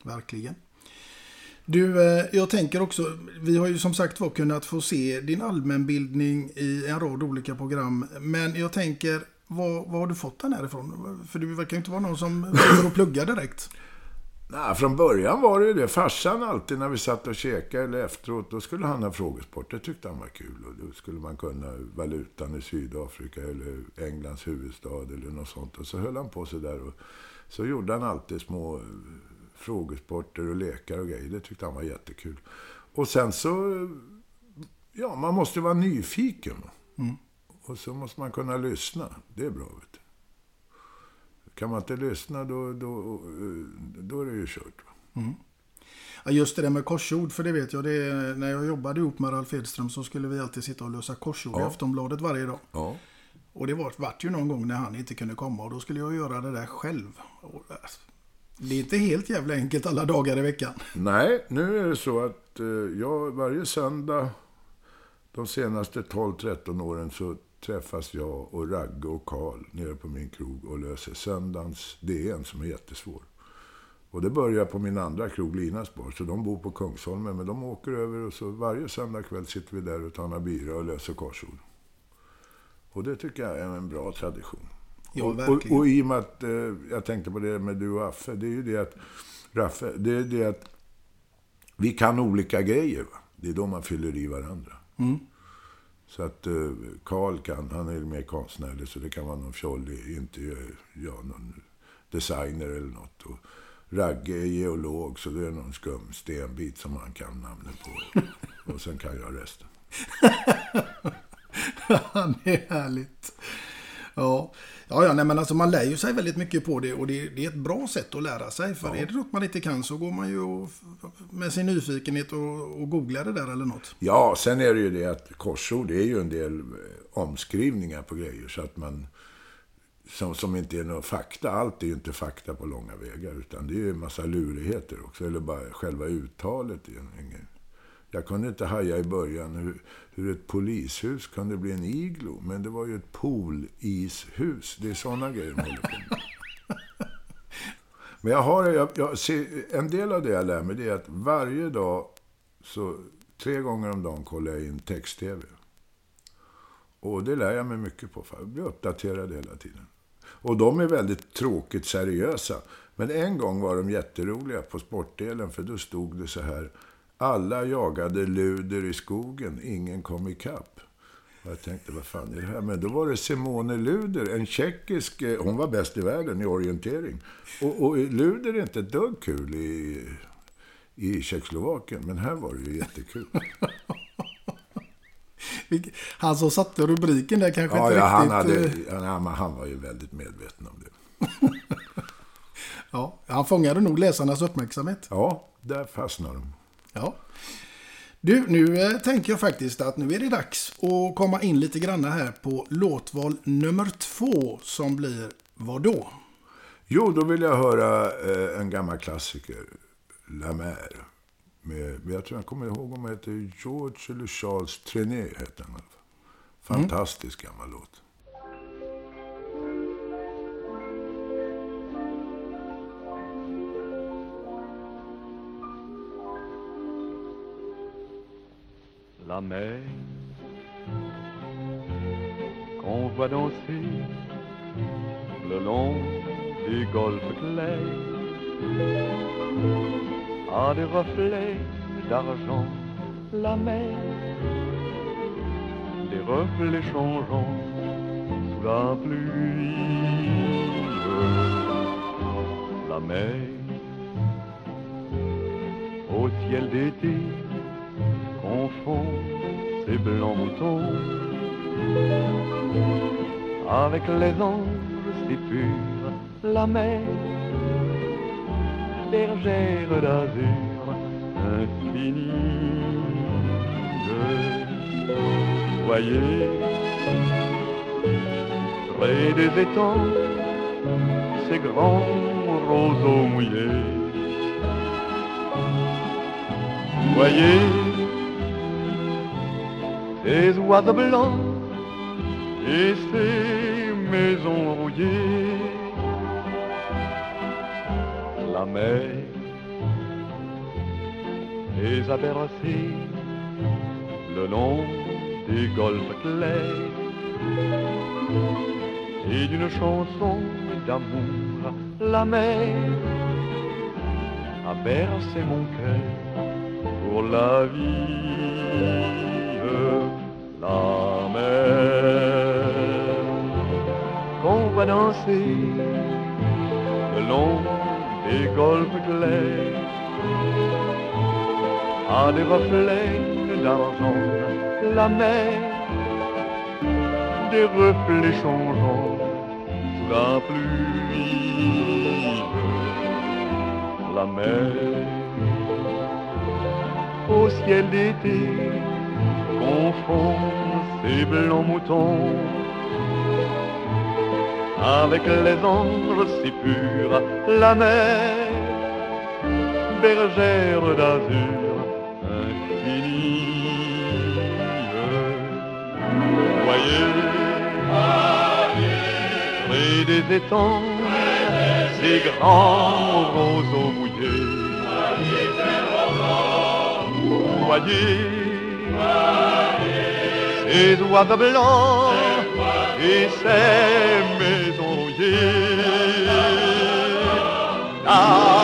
Speaker 8: Verkligen. Du, jag tänker också, vi har ju som sagt kunnat få se din allmänbildning i en rad olika program. Men jag tänker, vad har du fått den här ifrån? För du verkar ju inte vara någon som går och pluggar direkt.
Speaker 9: Nej, från början var det ju det. Farsan alltid när vi satt och käkade eller efteråt, då skulle han ha frågesport. Det tyckte han var kul. Och då skulle man kunna valutan i Sydafrika eller Englands huvudstad eller något sånt. Och så höll han på sig där och så gjorde han alltid små frågesporter och lekar och grejer. Det tyckte han var jättekul. Och sen så, ja, man måste vara nyfiken. Mm. Och så måste man kunna lyssna. Det är bra, vet du. Kan man inte lyssna då är det ju kört.
Speaker 8: Mm. Ja, just det där med korsord, för det vet jag, när jag jobbade ihop med Ralf Edström så skulle vi alltid sitta och lösa korsord i Aftonbladet varje dag.
Speaker 9: Ja.
Speaker 8: Och det vart ju någon gång när han inte kunde komma och då skulle jag göra det där själv. Det är inte helt jävla enkelt alla dagar i veckan.
Speaker 9: Nej, nu är det så att jag varje söndag de senaste 12-13 åren så träffas jag och Ragge och Karl nere på min krog och löser söndagens DN som är jättesvår. Och det börjar på min andra krog, Linas bar, så de bor på Kungsholmen, men de åker över och så varje söndag kväll sitter vi där och tar några bira och löser korsord. Och det tycker jag är en bra tradition.
Speaker 8: Ja,
Speaker 9: och i och med att jag tänkte på det med du och Affe, det är ju det att Raffe, det är det att vi kan olika grejer, va? Det är då man fyller i varandra.
Speaker 8: Mm.
Speaker 9: Så att Karl han är mer konstnärlig, så det kan vara någon fjollig, inte någon designer eller något. Och Ragge är geolog, så det är någon skum stenbit som han kan namnet på. Och sen kan jag resten.
Speaker 8: Det är härligt. Ja, nej, men alltså man lär ju sig väldigt mycket på det och det är ett bra sätt att lära sig. För är det något man inte kan så går man ju med sin nyfikenhet och googlar det där eller något.
Speaker 9: Ja, sen är det ju det att korsord är ju en del omskrivningar på grejer så att man som inte är någon fakta. Allt är ju inte fakta på långa vägar utan det är ju en massa lurigheter också. Eller bara själva uttalet. Jag kunde inte haja i början hur ett polishus kunde bli en iglo. Men det var ju ett polishus. Det är sådana grejer man håller på med. Men jag ser, en del av det jag lär mig det är att varje dag så 3 gånger om dagen kollar jag in text-tv. Och det lär jag mig mycket på för jag blir uppdaterad hela tiden. Och de är väldigt tråkigt seriösa. Men en gång var de jätteroliga på sportdelen för då stod det så här: alla jagade luder i skogen, ingen kom i kapp. Och jag tänkte, vad fan är det här? Men då var det Simone Luder, en tjeckisk, hon var bäst i världen i orientering. Och Luder är inte ett dugg kul i Tjeckoslovakien, men här var det ju jättekul.
Speaker 8: Han som satte rubriken där kanske inte riktigt...
Speaker 9: Han var ju väldigt medveten om det.
Speaker 8: Ja, han fångade nog läsarnas uppmärksamhet.
Speaker 9: Ja, där fastnar de.
Speaker 8: Ja. Du, nu tänker jag faktiskt att nu är det dags att komma in lite grann här på låtval nummer 2 som blir vad då?
Speaker 9: Jo, då vill jag höra en gammal klassiker, La Mer. Jag tror jag kommer ihåg om det heter George eller Charles Trenet heter han. Fantastisk gammal låt.
Speaker 17: La mer qu'on voit danser le long du golfe clair a des reflets d'argent. La mer, des reflets changeants sous la pluie. La mer au ciel d'été confond ses blancs moutons avec les anges si purs. La mer, bergère d'azur infinie. Voyez, près des étangs, ces grands roseaux mouillés. Voyez, ces oiseaux blancs et ces maisons rouillées. La mer les a bercés le long des golfes clairs, et d'une chanson d'amour la mer a bercé mon cœur pour la vie. La mer qu'on va danser le long des golfes clairs a des reflets d'argent, la mer, des reflets changeants sous la pluie. La mer au ciel d'été confond ses blancs moutons avec les anges si purs. La mer, bergère d'azur infinie. Voyez, près des étangs, ces grands roseaux mouillés. Voyez, ces oiseaux blancs et ces maisons rouillées. La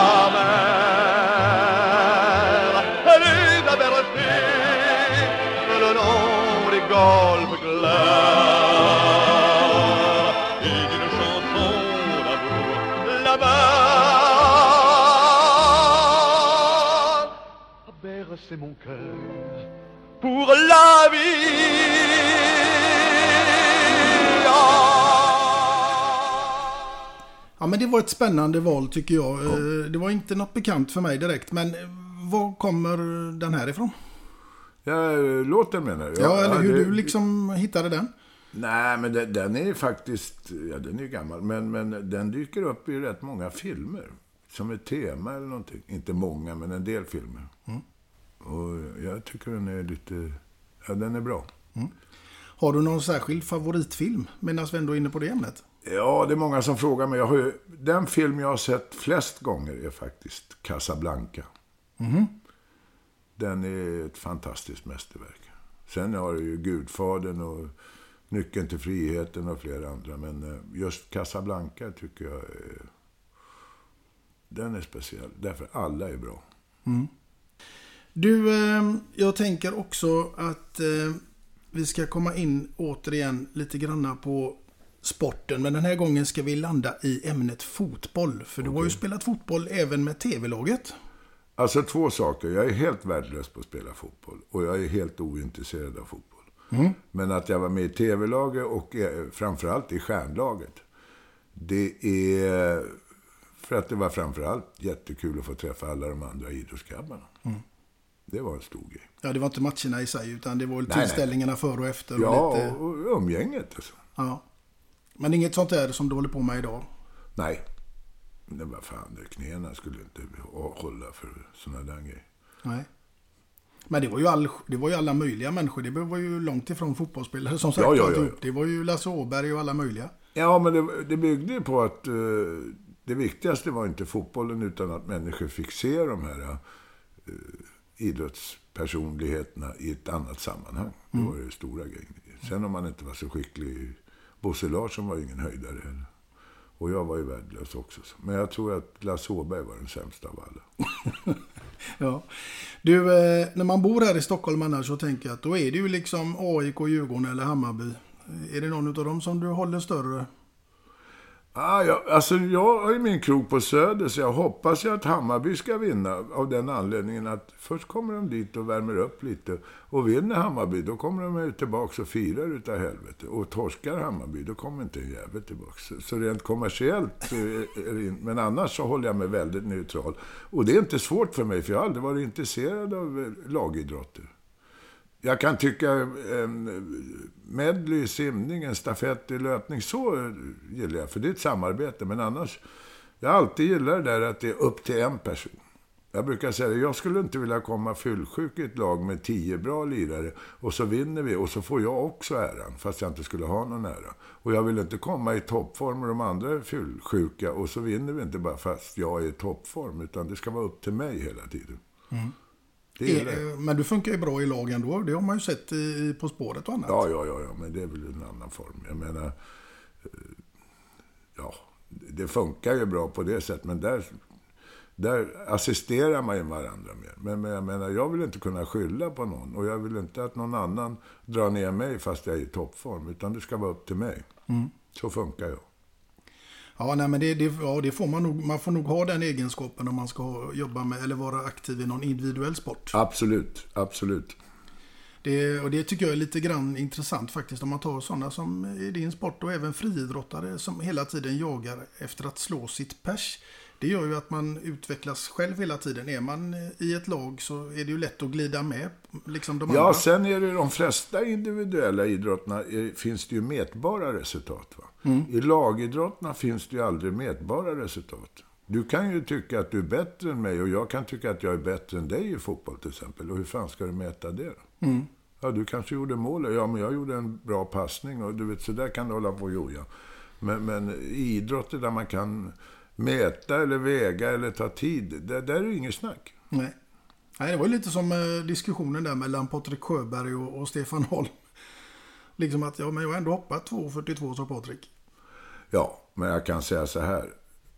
Speaker 17: mer, elle les a bercés le long des golfes clairs, et d'une chanson d'amour là-bas a bercé mon cœur pour la vie.
Speaker 8: Ja, men det var ett spännande val tycker jag. Det var inte något bekant för mig direkt, men var kommer den här ifrån?
Speaker 9: Ja, låten menar du?
Speaker 8: Ja, eller hur du liksom hittade den?
Speaker 9: Nej, men den är faktiskt, ja, den är gammal, men den dyker upp i rätt många filmer som ett tema eller någonting. Inte många, men en del filmer. Mm. Och jag tycker den är lite, ja, den är bra. Mm.
Speaker 8: Har du någon särskild favoritfilm medan vi ändå är inne på det ämnet?
Speaker 9: Ja, det är många som frågar mig. Den film jag har sett flest gånger är faktiskt Casablanca. Mm. Den är ett fantastiskt mästerverk. Sen har du ju Gudfadern och Nyckeln till friheten och flera andra. Men just Casablanca tycker jag den är speciell. Därför alla är bra. Mm.
Speaker 8: Du, jag tänker också att vi ska komma in återigen lite granna på sporten. Men den här gången ska vi landa i ämnet fotboll. För du har ju spelat fotboll även med tv-laget.
Speaker 9: Alltså 2 saker. Jag är helt värdelös på att spela fotboll. Och jag är helt ointresserad av fotboll. Mm. Men att jag var med i tv-laget och framförallt i stjärnlaget. Det är för att det var framförallt jättekul att få träffa alla de andra idrottsgrabbarna. Mm. Det var en stor grej.
Speaker 8: Ja, det var inte matcherna i sig utan det var tillställningarna före och efter.
Speaker 9: Ja,
Speaker 8: och lite...
Speaker 9: och umgänget alltså.
Speaker 8: Ja. Men inget sånt där som du håller på med idag?
Speaker 9: Nej. Det var fan, knäna skulle inte hålla för såna där grejer. Nej. Men det var ju alla möjliga människor. Det var ju långt ifrån fotbollsspelare som sagt. Ja. Det var ju Lasse Åberg och alla möjliga. Ja, men det byggde ju på att det viktigaste var inte fotbollen utan att människor fick se de här idrottspersonligheterna i ett annat sammanhang. Det var ju stora grejer. Sen om man inte var så skicklig, Bosse Larsson var ju ingen höjdare heller. Och jag var ju värdelös också. Men jag tror att Lasse Åberg var den sämsta av alla.
Speaker 8: Ja. Du, när man bor här i Stockholm annars så tänker jag att då är det ju liksom AIK, Djurgården eller Hammarby. Är det någon av dem som du håller större?
Speaker 9: Jag har min krok på Söder så jag hoppas ju att Hammarby ska vinna av den anledningen att först kommer de dit och värmer upp lite och vinner Hammarby då kommer de tillbaka och firar utav helvete och torskar Hammarby då kommer inte en jävel tillbaka så rent kommersiellt men annars så håller jag mig väldigt neutral och det är inte svårt för mig för jag har aldrig varit intresserad av lagidrotter. Jag kan tycka medley, simning, en stafett i löpning, så gillar jag. För det är ett samarbete. Men annars, jag alltid gillar det där att det är upp till en person. Jag brukar säga jag skulle inte vilja komma fyllsjuk i ett lag med 10 bra lirare. Och så vinner vi och så får jag också äran. Fast jag inte skulle ha någon ära. Och jag vill inte komma i toppform med de andra är fyllsjuka. Och så vinner vi inte bara fast jag är i toppform. Utan det ska vara upp till mig hela tiden.
Speaker 8: Mm. Men du funkar ju bra i lag ändå. Det har man ju sett På spåret och annat.
Speaker 9: Ja, men det är väl en annan form. Jag menar, det funkar ju bra på det sättet, men där assisterar man ju varandra mer. Men jag menar, jag vill inte kunna skylla på någon. Och jag vill inte att någon annan drar ner mig fast jag är i toppform. Utan det ska vara upp till mig. Så funkar jag.
Speaker 8: Ja, nej, men det får man nog. Man får nog ha den egenskapen om man ska jobba med eller vara aktiv i någon individuell sport.
Speaker 9: Absolut.
Speaker 8: Och det tycker jag är lite grann intressant faktiskt, om man tar sådana som i din sport och även friidrottare som hela tiden jagar efter att slå sitt pers. Det gör ju att man utvecklas själv hela tiden. Är man i ett lag så är det ju lätt att glida med liksom de andra.
Speaker 9: Sen är det de flesta individuella idrotterna finns det ju mätbara resultat. Va? I lagidrotterna finns det ju aldrig mätbara resultat. Du kan ju tycka att du är bättre än mig och jag kan tycka att jag är bättre än dig i fotboll till exempel. Och hur fan ska du mäta det då? Ja, du kanske gjorde mål. Ja, men jag gjorde en bra passning och du vet, så där kan du hålla på och joja. Men i idrotter där man kan mäta eller väga eller ta tid, där är det inget snack.
Speaker 8: Nej, det var ju lite som diskussionen där mellan Patrik Sjöberg och Stefan Holm. Liksom att, men jag har ändå hoppat 2,42 sa Patrik.
Speaker 9: Ja, men jag kan säga så här.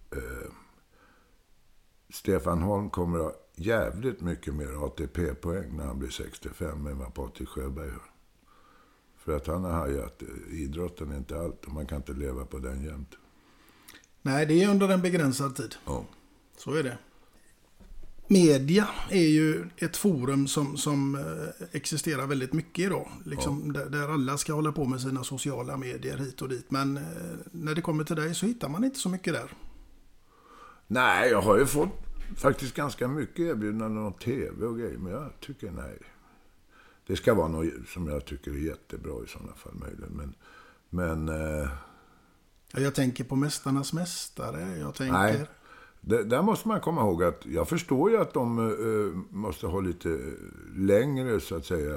Speaker 9: Stefan Holm kommer att ha jävligt mycket mer ATP-poäng när han blir 65 än vad Patrik Sjöberg gör. För att han har hajat idrotten är inte allt och man kan inte leva på den jämt.
Speaker 8: Nej, det är under en begränsad tid.
Speaker 9: Ja.
Speaker 8: Så är det. Media är ju ett forum som existerar väldigt mycket idag. Liksom där alla ska hålla på med sina sociala medier hit och dit. Men när det kommer till dig så hittar man inte så mycket där.
Speaker 9: Nej, jag har ju fått faktiskt ganska mycket erbjudanden om tv och grejer. Men jag tycker nej. Det ska vara något som jag tycker är jättebra i sådana fall möjligen. Men
Speaker 8: jag tänker på Mästarnas mästare. Jag tänker...
Speaker 9: Nej, där måste man komma ihåg att jag förstår ju att de måste ha lite längre så att säga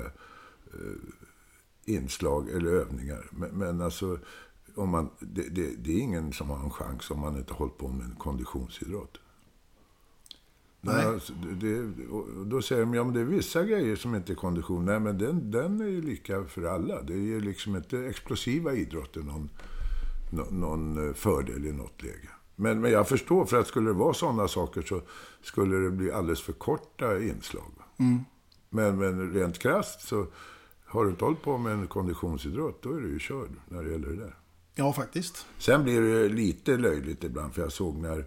Speaker 9: inslag eller övningar. Men alltså om man, det är ingen som har en chans om man inte hållit på med en konditionsidrott. Nej. Alltså, då säger de, men det är vissa grejer som inte är kondition. Nej, men den är ju lika för alla. Det är liksom inte explosiva idrotter någon fördel i något läge. Men jag förstår, för att skulle det vara sådana saker så skulle det bli alldeles för korta inslag. Men rent krasst så har du inte hållit på med en konditionsidrott, då är du ju körd när det gäller det där.
Speaker 8: Ja, faktiskt.
Speaker 9: Sen blir det lite löjligt ibland, för jag såg när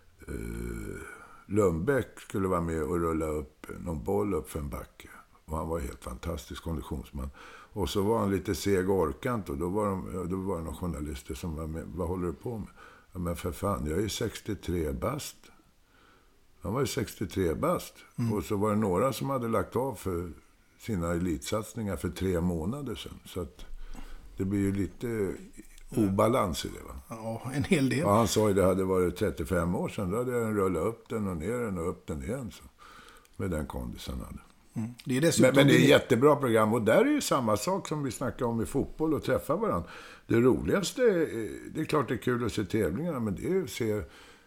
Speaker 9: Lundbäck skulle vara med och rulla upp någon boll upp för en backe. Och han var helt fantastisk konditionsman. Och så var han lite seg och orkant och då var det några journalister som var med. Vad håller du på med? Ja, men för fan, jag är 63 bast. Han var ju 63 bast. Och så var det några som hade lagt av för sina elitsatsningar för 3 månader sedan. Så att det blir ju lite obalans i det, va?
Speaker 8: Ja, en hel del.
Speaker 9: Ja, han sa ju det hade varit 35 år sedan. Då hade jag rullat upp den och ner den och upp den igen. Så, med den kondisen hade.
Speaker 8: Det är dessutom
Speaker 9: men det är ett jättebra program. Och där är ju samma sak som vi snackar om i fotboll och träffa varandra. Det roligaste, det är klart det är kul att se tävlingarna, men det är att se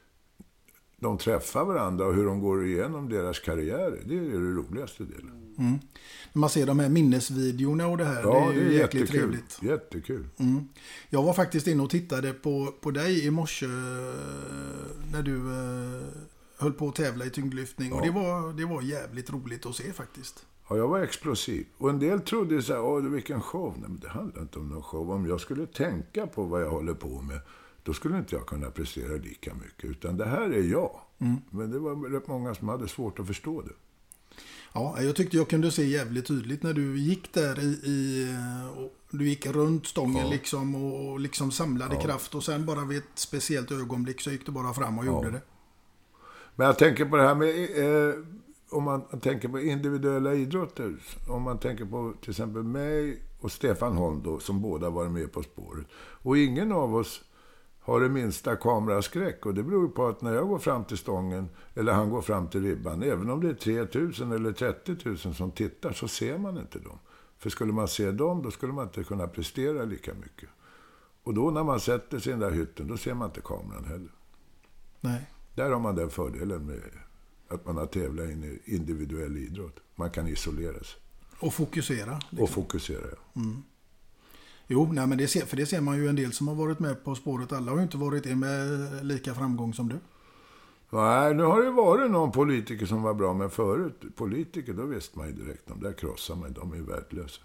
Speaker 9: de träffar varandra och hur de går igenom deras karriärer. Det är det roligaste delen.
Speaker 8: När man ser de här minnesvideorna och det här,
Speaker 9: ja,
Speaker 8: det är ju jäkligt trevligt.
Speaker 9: Jättekul.
Speaker 8: Jag var faktiskt inne och tittade på dig i morse när du höll på att tävla i tyngdlyftning. Och det var jävligt roligt att se faktiskt.
Speaker 9: Ja, jag var explosiv. Och en del trodde så här, vilken show. Nej, men det handlar inte om någon show. Om jag skulle tänka på vad jag håller på med, då skulle inte jag kunna prestera lika mycket. Utan det här är jag. Men det var rätt många som hade svårt att förstå det.
Speaker 8: Ja, jag tyckte jag kunde se jävligt tydligt när du gick där du gick runt stången liksom och liksom samlade kraft. Och sen bara vid ett speciellt ögonblick så gick du bara fram och gjorde det.
Speaker 9: Men jag tänker på det här med... om man tänker på individuella idrotter, om man tänker på till exempel mig och Stefan Holm då, som båda var med På spåret. Och ingen av oss har det minsta kameraskräck. Och det beror på att när jag går fram till stången, eller han går fram till ribban, även om det är 3000 eller 30 000 som tittar, så ser man inte dem. För skulle man se dem, då skulle man inte kunna prestera lika mycket. Och då när man sätter sig i den där hytten, då ser man inte kameran heller.
Speaker 8: Nej.
Speaker 9: Där har man den fördelen att man har tävlat i en individuell idrott. Man kan isolera sig.
Speaker 8: Och fokusera. Liksom.
Speaker 9: Och fokusera, ja.
Speaker 8: Mm. Jo, nej, men det ser man ju en del som har varit med på spåret. Alla har ju inte varit det med lika framgång som du. Nej,
Speaker 9: nu har det varit någon politiker som var bra, men förut politiker, då visste man ju direkt, de där krossar man, de är värdelösa.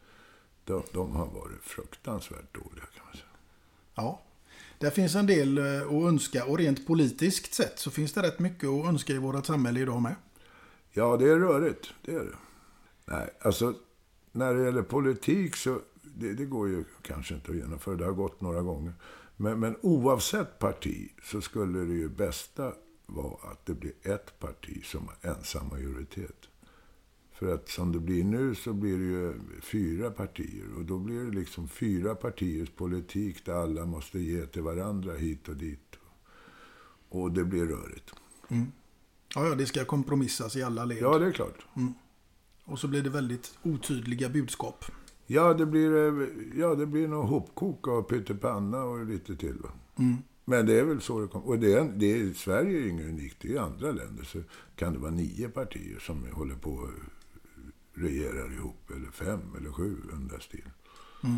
Speaker 9: De har varit fruktansvärt dåliga, kan man säga.
Speaker 8: Ja, där finns en del att önska, och rent politiskt sett så finns det rätt mycket att önska i vårt samhälle idag med.
Speaker 9: Ja, det är rörigt, det är det. Nej, alltså när det gäller politik så det går ju kanske inte att genomföra, det har gått några gånger. Men oavsett parti så skulle det ju bästa vara att det blir ett parti som har ensam majoritet. För att som det blir nu så blir det ju 4 partier. Och då blir det liksom 4 partiers politik där alla måste ge till varandra hit och dit. Och det blir rörigt.
Speaker 8: Mm. Ja, det ska kompromissas i alla led.
Speaker 9: Ja, det är klart.
Speaker 8: Mm. Och så blir det väldigt otydliga budskap.
Speaker 9: Ja, det blir nog hopkok och pyttepanna och lite till, va?
Speaker 8: Mm.
Speaker 9: Men det är väl så det kommer. Och Sverige är inget unikt. I andra länder så kan det vara 9 partier som håller på och regerar ihop. Eller 5 eller 7 under stil.
Speaker 8: Mm.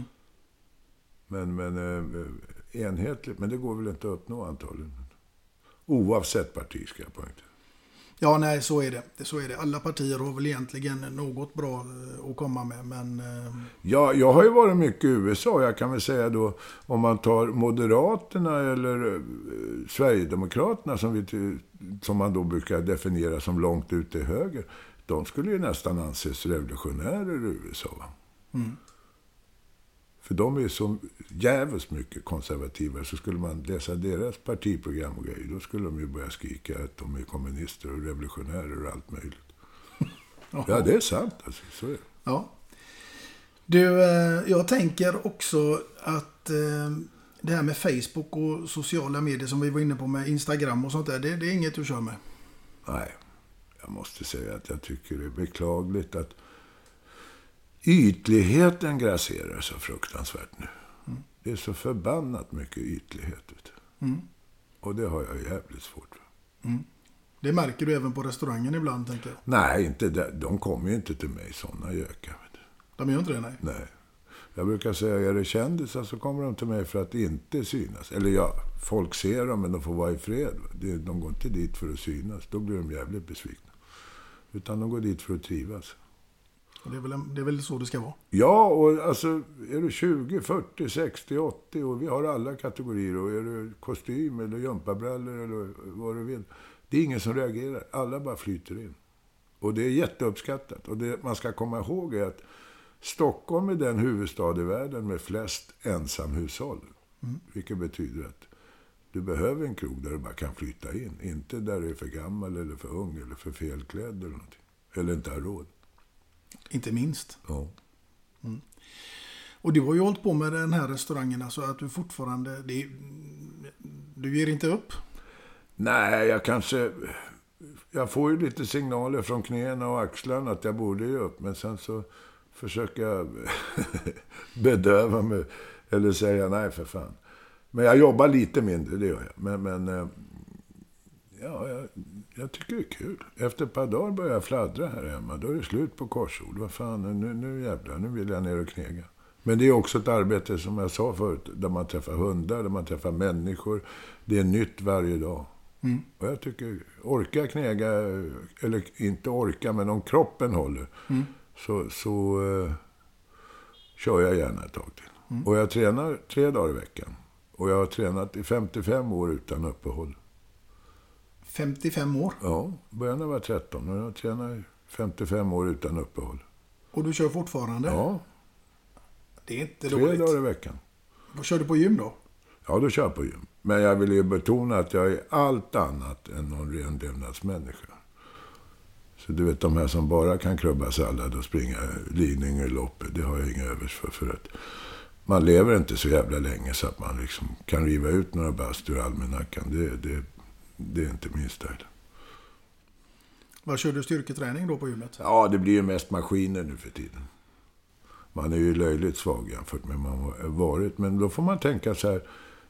Speaker 9: Men enhetligt. Men det går väl inte att uppnå antagligen. Oavsett parti, ska jag poängtera.
Speaker 8: Ja, nej, så är det. Alla partier har väl egentligen något bra att komma med, men...
Speaker 9: Ja, jag har ju varit mycket i USA. Jag kan väl säga då, om man tar Moderaterna eller Sverigedemokraterna som man då brukar definiera som långt ut till höger, de skulle ju nästan anses revolutionärer i USA, va?
Speaker 8: Mm.
Speaker 9: För de är så jävligt mycket konservativa, så skulle man läsa deras partiprogram och grejer, då skulle de ju börja skrika att de är kommunister och revolutionärer och allt möjligt. Ja, det är sant. Alltså, så är det.
Speaker 8: Ja. Du, jag tänker också att det här med Facebook och sociala medier som vi var inne på med Instagram och sånt där, det är inget du kör med?
Speaker 9: Nej, jag måste säga att jag tycker det är beklagligt att ytligheten grasserar så fruktansvärt nu. Mm. Det är så förbannat mycket ytlighet.
Speaker 8: Mm.
Speaker 9: Och det har jag jävligt svårt för.
Speaker 8: Mm. Det märker du även på restaurangen ibland, tänker jag.
Speaker 9: Nej, inte det. De kommer ju inte till mig, såna gökar.
Speaker 8: De gör inte det, nej?
Speaker 9: Nej. Jag brukar säga, är det kändisar så kommer de till mig för att inte synas. Eller ja, folk ser dem men de får vara i fred. De går inte dit för att synas. Då blir de jävligt besvikna. Utan de går dit för att trivas.
Speaker 8: Och det är väl så det ska vara?
Speaker 9: Ja, och alltså är du 20, 40, 60, 80 och vi har alla kategorier. Och är du kostym eller jumpabrallor eller vad du vill. Det är ingen som reagerar. Alla bara flyter in. Och det är jätteuppskattat. Och det man ska komma ihåg är att Stockholm är den huvudstad i världen med flest ensamhushåll.
Speaker 8: Mm.
Speaker 9: Vilket betyder att du behöver en krog där du bara kan flytta in. Inte där du är för gammal eller för ung eller för felklädd eller någonting. Eller inte har råd.
Speaker 8: Inte minst.
Speaker 9: Ja.
Speaker 8: Mm. Och du har ju hållit på med den här restaurangen, alltså att du fortfarande... Du ger inte upp?
Speaker 9: Nej, jag får ju lite signaler från knäna och axlarna att jag borde ge upp. Men sen så försöker jag bedöva mig eller säga nej för fan. Men jag jobbar lite mindre, det gör jag. Men jag tycker det är kul. Efter ett par dagar börjar jag fladdra här hemma. Då är det slut på korsord. Vad fan, nu jävlar, nu vill jag ner och knega. Men det är också ett arbete som jag sa förut, där man träffar hundar, där man träffar människor. Det är nytt varje dag.
Speaker 8: Mm.
Speaker 9: Och jag tycker, orka knega, eller inte orka, men om kroppen håller, så kör jag gärna ett tag till. Mm. Och jag tränar 3 dagar i veckan. Och jag har tränat i 55 år utan uppehåll.
Speaker 8: 55 år?
Speaker 9: Ja, början när jag var 13. Och jag tränar 55 år utan uppehåll.
Speaker 8: Och du kör fortfarande?
Speaker 9: Ja.
Speaker 8: Det är inte
Speaker 9: 3
Speaker 8: dåligt.
Speaker 9: dagar i veckan.
Speaker 8: Vad kör du på gym då?
Speaker 9: Ja, då kör jag på gym. Men jag vill ju betona att jag är allt annat än någon ren levnadsmänniska. Så du vet, de här som bara kan krubba sallad och springa Lidingö-lopp, det har jag inga övers för att man lever inte så jävla länge så att man liksom kan riva ut några bast ur almanackan. Det är inte min stil.
Speaker 8: Vad kör du styrketräning då på gymmet?
Speaker 9: Ja, det blir ju mest maskiner nu för tiden. Man är ju löjligt svag jämfört med man har varit. Men då får man tänka så här,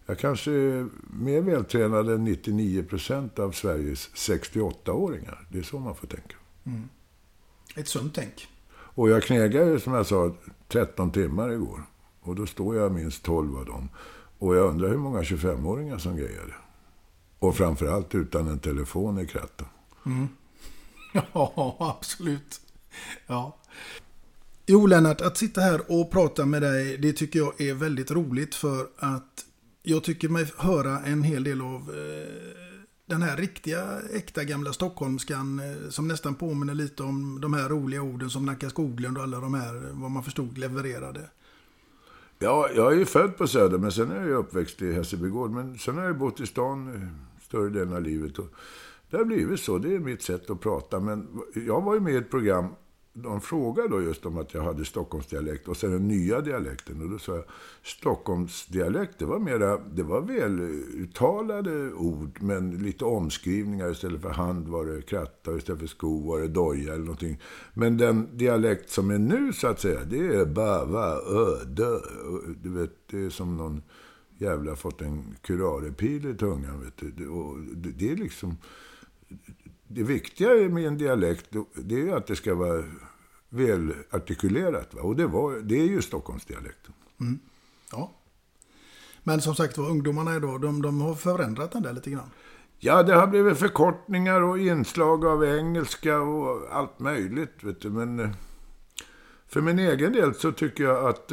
Speaker 9: Jag kanske är mer vältränad än 99% av Sveriges 68-åringar. Det är så man får tänka.
Speaker 8: Mm. Ett sunt tänk.
Speaker 9: Och jag knegade, som jag sa, 13 timmar igår. Och då står jag minst 12 av dem. Och jag undrar hur många 25-åringar som grejade. Och framförallt utan en telefon i kratten.
Speaker 8: Mm. Ja, absolut. Ja. Jo, Lennart, att sitta här och prata med dig, det tycker jag är väldigt roligt, för att jag tycker mig höra en hel del av den här riktiga, äkta gamla stockholmskan som nästan påminner lite om de här roliga orden som Nacka Skoglund och alla de här, vad man förstod, levererade.
Speaker 9: Ja, jag är ju född på Söder, men sen är jag uppväxt i Hässelbygård. Men sen har jag bott i stan större delen av livet. Och det har blivit så, det är mitt sätt att prata. Men jag var ju med i ett program, de frågade då just om att jag hade Stockholmsdialekt och sen den nya dialekten. Och då sa jag, Stockholmsdialekt, det var väl uttalade ord, men lite omskrivningar. Istället för hand var det kratta, och istället för sko var det doja eller någonting. Men den dialekt som är nu, så att säga, det är bava, öde. Du vet, det är som någon jävla fått en kurarepil i tungan, vet du. Och det är liksom... Det viktiga med en dialekt, det är ju att det ska vara väl artikulerat. Va? Och det är ju Stockholmsdialekten.
Speaker 8: Mm. Ja. Men som sagt, ungdomarna idag, de har förändrat den där lite grann.
Speaker 9: Ja, det har blivit förkortningar och inslag av engelska och allt möjligt. Vet du. Men för min egen del så tycker jag att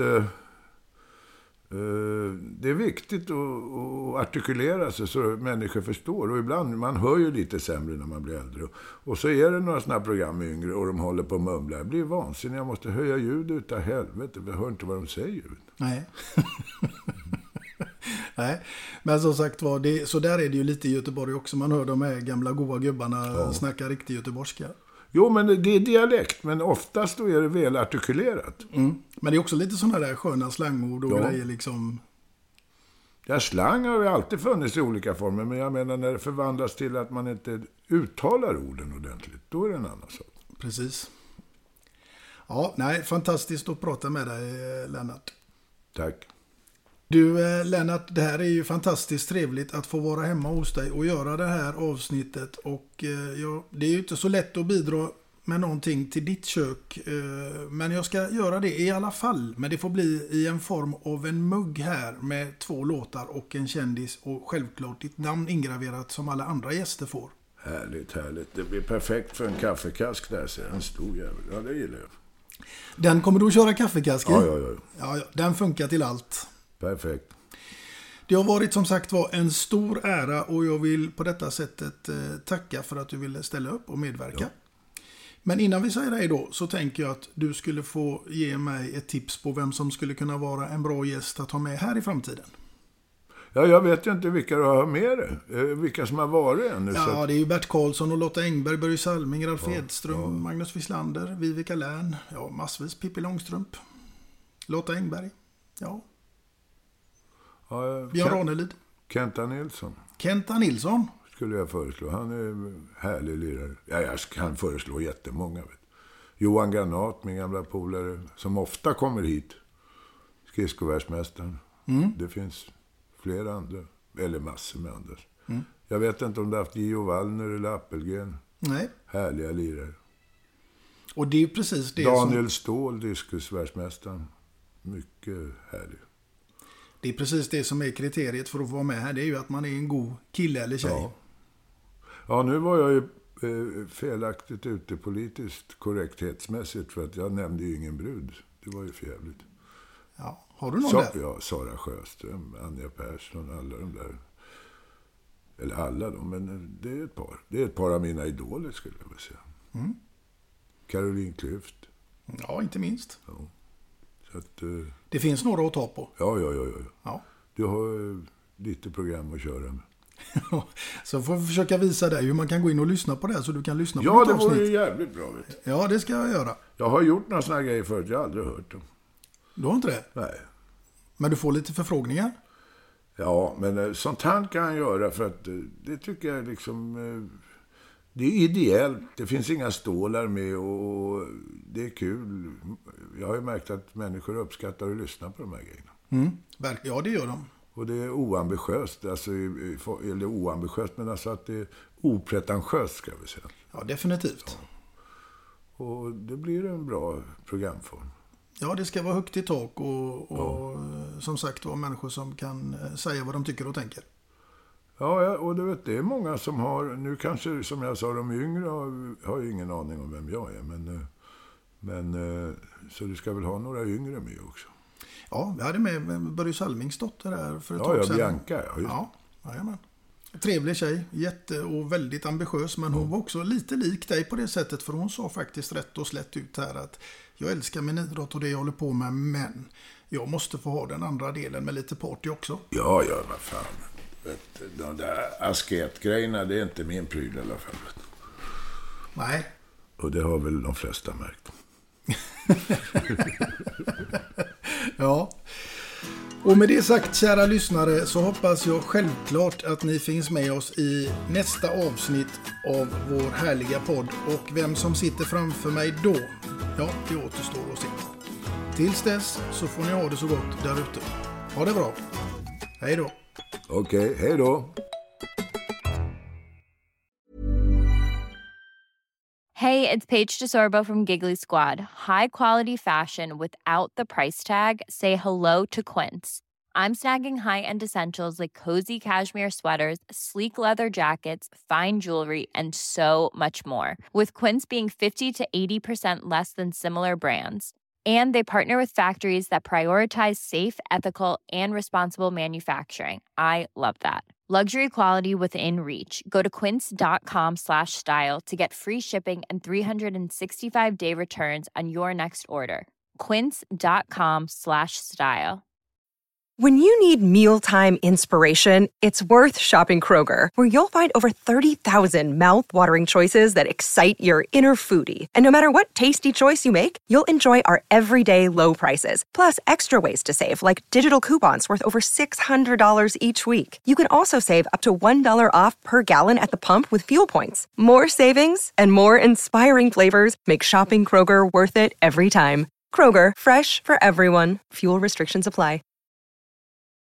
Speaker 9: det är viktigt att artikulera sig så människor förstår. Och ibland, man hör ju lite sämre när man blir äldre. Och så är det några sådana här program med yngre och de håller på att mumla. Det blir vansinnigt. Jag måste höja ljud utav helvete. Jag hör inte vad de säger.
Speaker 8: Nej. Nej, men som sagt var, så där är det ju lite i Göteborg också. Man hör de här gamla goa gubbarna snacka riktigt göteborgska.
Speaker 9: Jo, men det är dialekt, men oftast då är det väl artikulerat.
Speaker 8: Mm. Men det är också lite sådana där sköna slangord och grejer liksom.
Speaker 9: Ja, slang har ju alltid funnits i olika former, men jag menar när det förvandlas till att man inte uttalar orden ordentligt, då är det en annan sak.
Speaker 8: Precis. Ja, nej, fantastiskt att prata med dig, Lennart.
Speaker 9: Tack.
Speaker 8: Du, Lennart, det här är ju fantastiskt trevligt att få vara hemma hos dig och göra det här avsnittet. Och det är ju inte så lätt att bidra med någonting till ditt kök. Men jag ska göra det i alla fall. Men det får bli i en form av en mugg här med 2 låtar och en kändis. Och självklart ditt namn ingraverat som alla andra gäster får.
Speaker 9: Härligt, härligt. Det blir perfekt för en kaffekask där, så en stor jävel. Ja, det gillar jag.
Speaker 8: Den kommer du att köra kaffekask i?
Speaker 9: Ja.
Speaker 8: Den funkar till allt.
Speaker 9: Perfekt.
Speaker 8: Det har varit som sagt var en stor ära och jag vill på detta sättet tacka för att du ville ställa upp och medverka. Ja. Men innan vi säger det då så tänker jag att du skulle få ge mig ett tips på vem som skulle kunna vara en bra gäst att ha med här i framtiden.
Speaker 9: Ja, jag vet ju inte vilka du har med dig. Vilka som har varit ännu.
Speaker 8: Ja,
Speaker 9: så.
Speaker 8: Det är ju Bert Karlsson och Lotta Engberg, Börje Salming, Ralf Edström, Magnus Wislander, Vivica Lärn. Ja, massvis. Pippi Långstrump. Lotta Engberg. Ja. Björn Ranelid.
Speaker 9: Kenta Nilsson.
Speaker 8: Kenta Nilsson?
Speaker 9: Skulle jag föreslå. Han är härlig lirare. Ja, jag kan föreslå jättemånga. Vet. Johan Granat, min gamla polare, som ofta kommer hit. Skridskovärsmästaren. Det finns flera andra. Eller massor med andra. Jag vet inte om du har haft Gio Wallner eller Appelgren.
Speaker 8: Nej.
Speaker 9: Härliga lirare.
Speaker 8: Och det är precis det
Speaker 9: Daniel Ståhl, diskusvärsmästaren. Mycket härlig.
Speaker 8: Det är precis det som är kriteriet för att få vara med här. Det är ju att man är en god kille eller tjej.
Speaker 9: Ja, nu var jag ju felaktigt ute politiskt korrekthetsmässigt för att jag nämnde ju ingen brud. Det var ju för jävligt.
Speaker 8: Ja, har du någon där?
Speaker 9: Ja, Sara Sjöström, Anja Persson, alla de där. Eller alla de, men det är ett par. Det är ett par av mina idoler skulle jag vilja säga. Caroline Klüft.
Speaker 8: Ja, inte minst.
Speaker 9: Ja. Så att,
Speaker 8: det finns några att ta på.
Speaker 9: Ja. Du har lite program att köra med.
Speaker 8: Så får vi försöka visa dig hur man kan gå in och lyssna på det så du kan lyssna på
Speaker 9: det vore ju jävligt bra. Vet du.
Speaker 8: Ja, det ska jag göra.
Speaker 9: Jag har gjort några såna grejer förut, jag har aldrig hört dem.
Speaker 8: Du har inte det?
Speaker 9: Nej.
Speaker 8: Men du får lite förfrågningar?
Speaker 9: Ja, men sånt här kan jag göra för att det tycker jag liksom... Det är ideellt, det finns inga stålar med och det är kul. Jag har ju märkt att människor uppskattar att lyssna på de här grejerna.
Speaker 8: Ja, det gör de.
Speaker 9: Och det är oambitiöst, alltså, eller oambitiöst, men alltså att det är opretentiöst, ska vi säga.
Speaker 8: Ja, definitivt.
Speaker 9: Ja. Och det blir en bra programform.
Speaker 8: Ja, det ska vara högt i tak och som sagt vara människor som kan säga vad de tycker och tänker.
Speaker 9: Ja, och du vet, det är många som har, nu kanske som jag sa, de yngre har ju ingen aning om vem jag är, men så du ska väl ha några yngre med också.
Speaker 8: Ja, vi hade med Börje Salmings dotter här för ett tag sedan.
Speaker 9: Bianca.
Speaker 8: Ja, jajamän. Trevlig tjej, och väldigt ambitiös, men hon var också lite lik dig på det sättet, för hon sa faktiskt rätt och slätt ut här att jag älskar min idrott och det jag håller på med, men jag måste få ha den andra delen med lite party också.
Speaker 9: Ja, vad fan. De där asketgrejerna, det är inte min pryl i alla fall.
Speaker 8: Nej.
Speaker 9: Och det har väl de flesta märkt.
Speaker 8: Ja. Och med det sagt, kära lyssnare, så hoppas jag självklart att ni finns med oss i nästa avsnitt av vår härliga podd. Och vem som sitter framför mig då, ja, det återstår att se. Tills dess så får ni ha det så gott där ute. Ha det bra. Hej då.
Speaker 9: Okej, hej då.
Speaker 18: Hey, it's Paige DeSorbo from Giggly Squad. High quality fashion without the price tag. Say hello to Quince. I'm snagging high-end essentials like cozy cashmere sweaters, sleek leather jackets, fine jewelry, and so much more. With Quince being 50 to 80% less than similar brands. And they partner with factories that prioritize safe, ethical, and responsible manufacturing. I love that. Luxury quality within reach. Go to quince.com/style to get free shipping and 365-day returns on your next order. Quince.com/style.
Speaker 19: When you need mealtime inspiration, it's worth shopping Kroger, where you'll find over 30,000 mouth-watering choices that excite your inner foodie. And no matter what tasty choice you make, you'll enjoy our everyday low prices, plus extra ways to save, like digital coupons worth over $600 each week. You can also save up to $1 off per gallon at the pump with fuel points. More savings and more inspiring flavors make shopping Kroger worth it every time. Kroger, fresh for everyone. Fuel restrictions apply.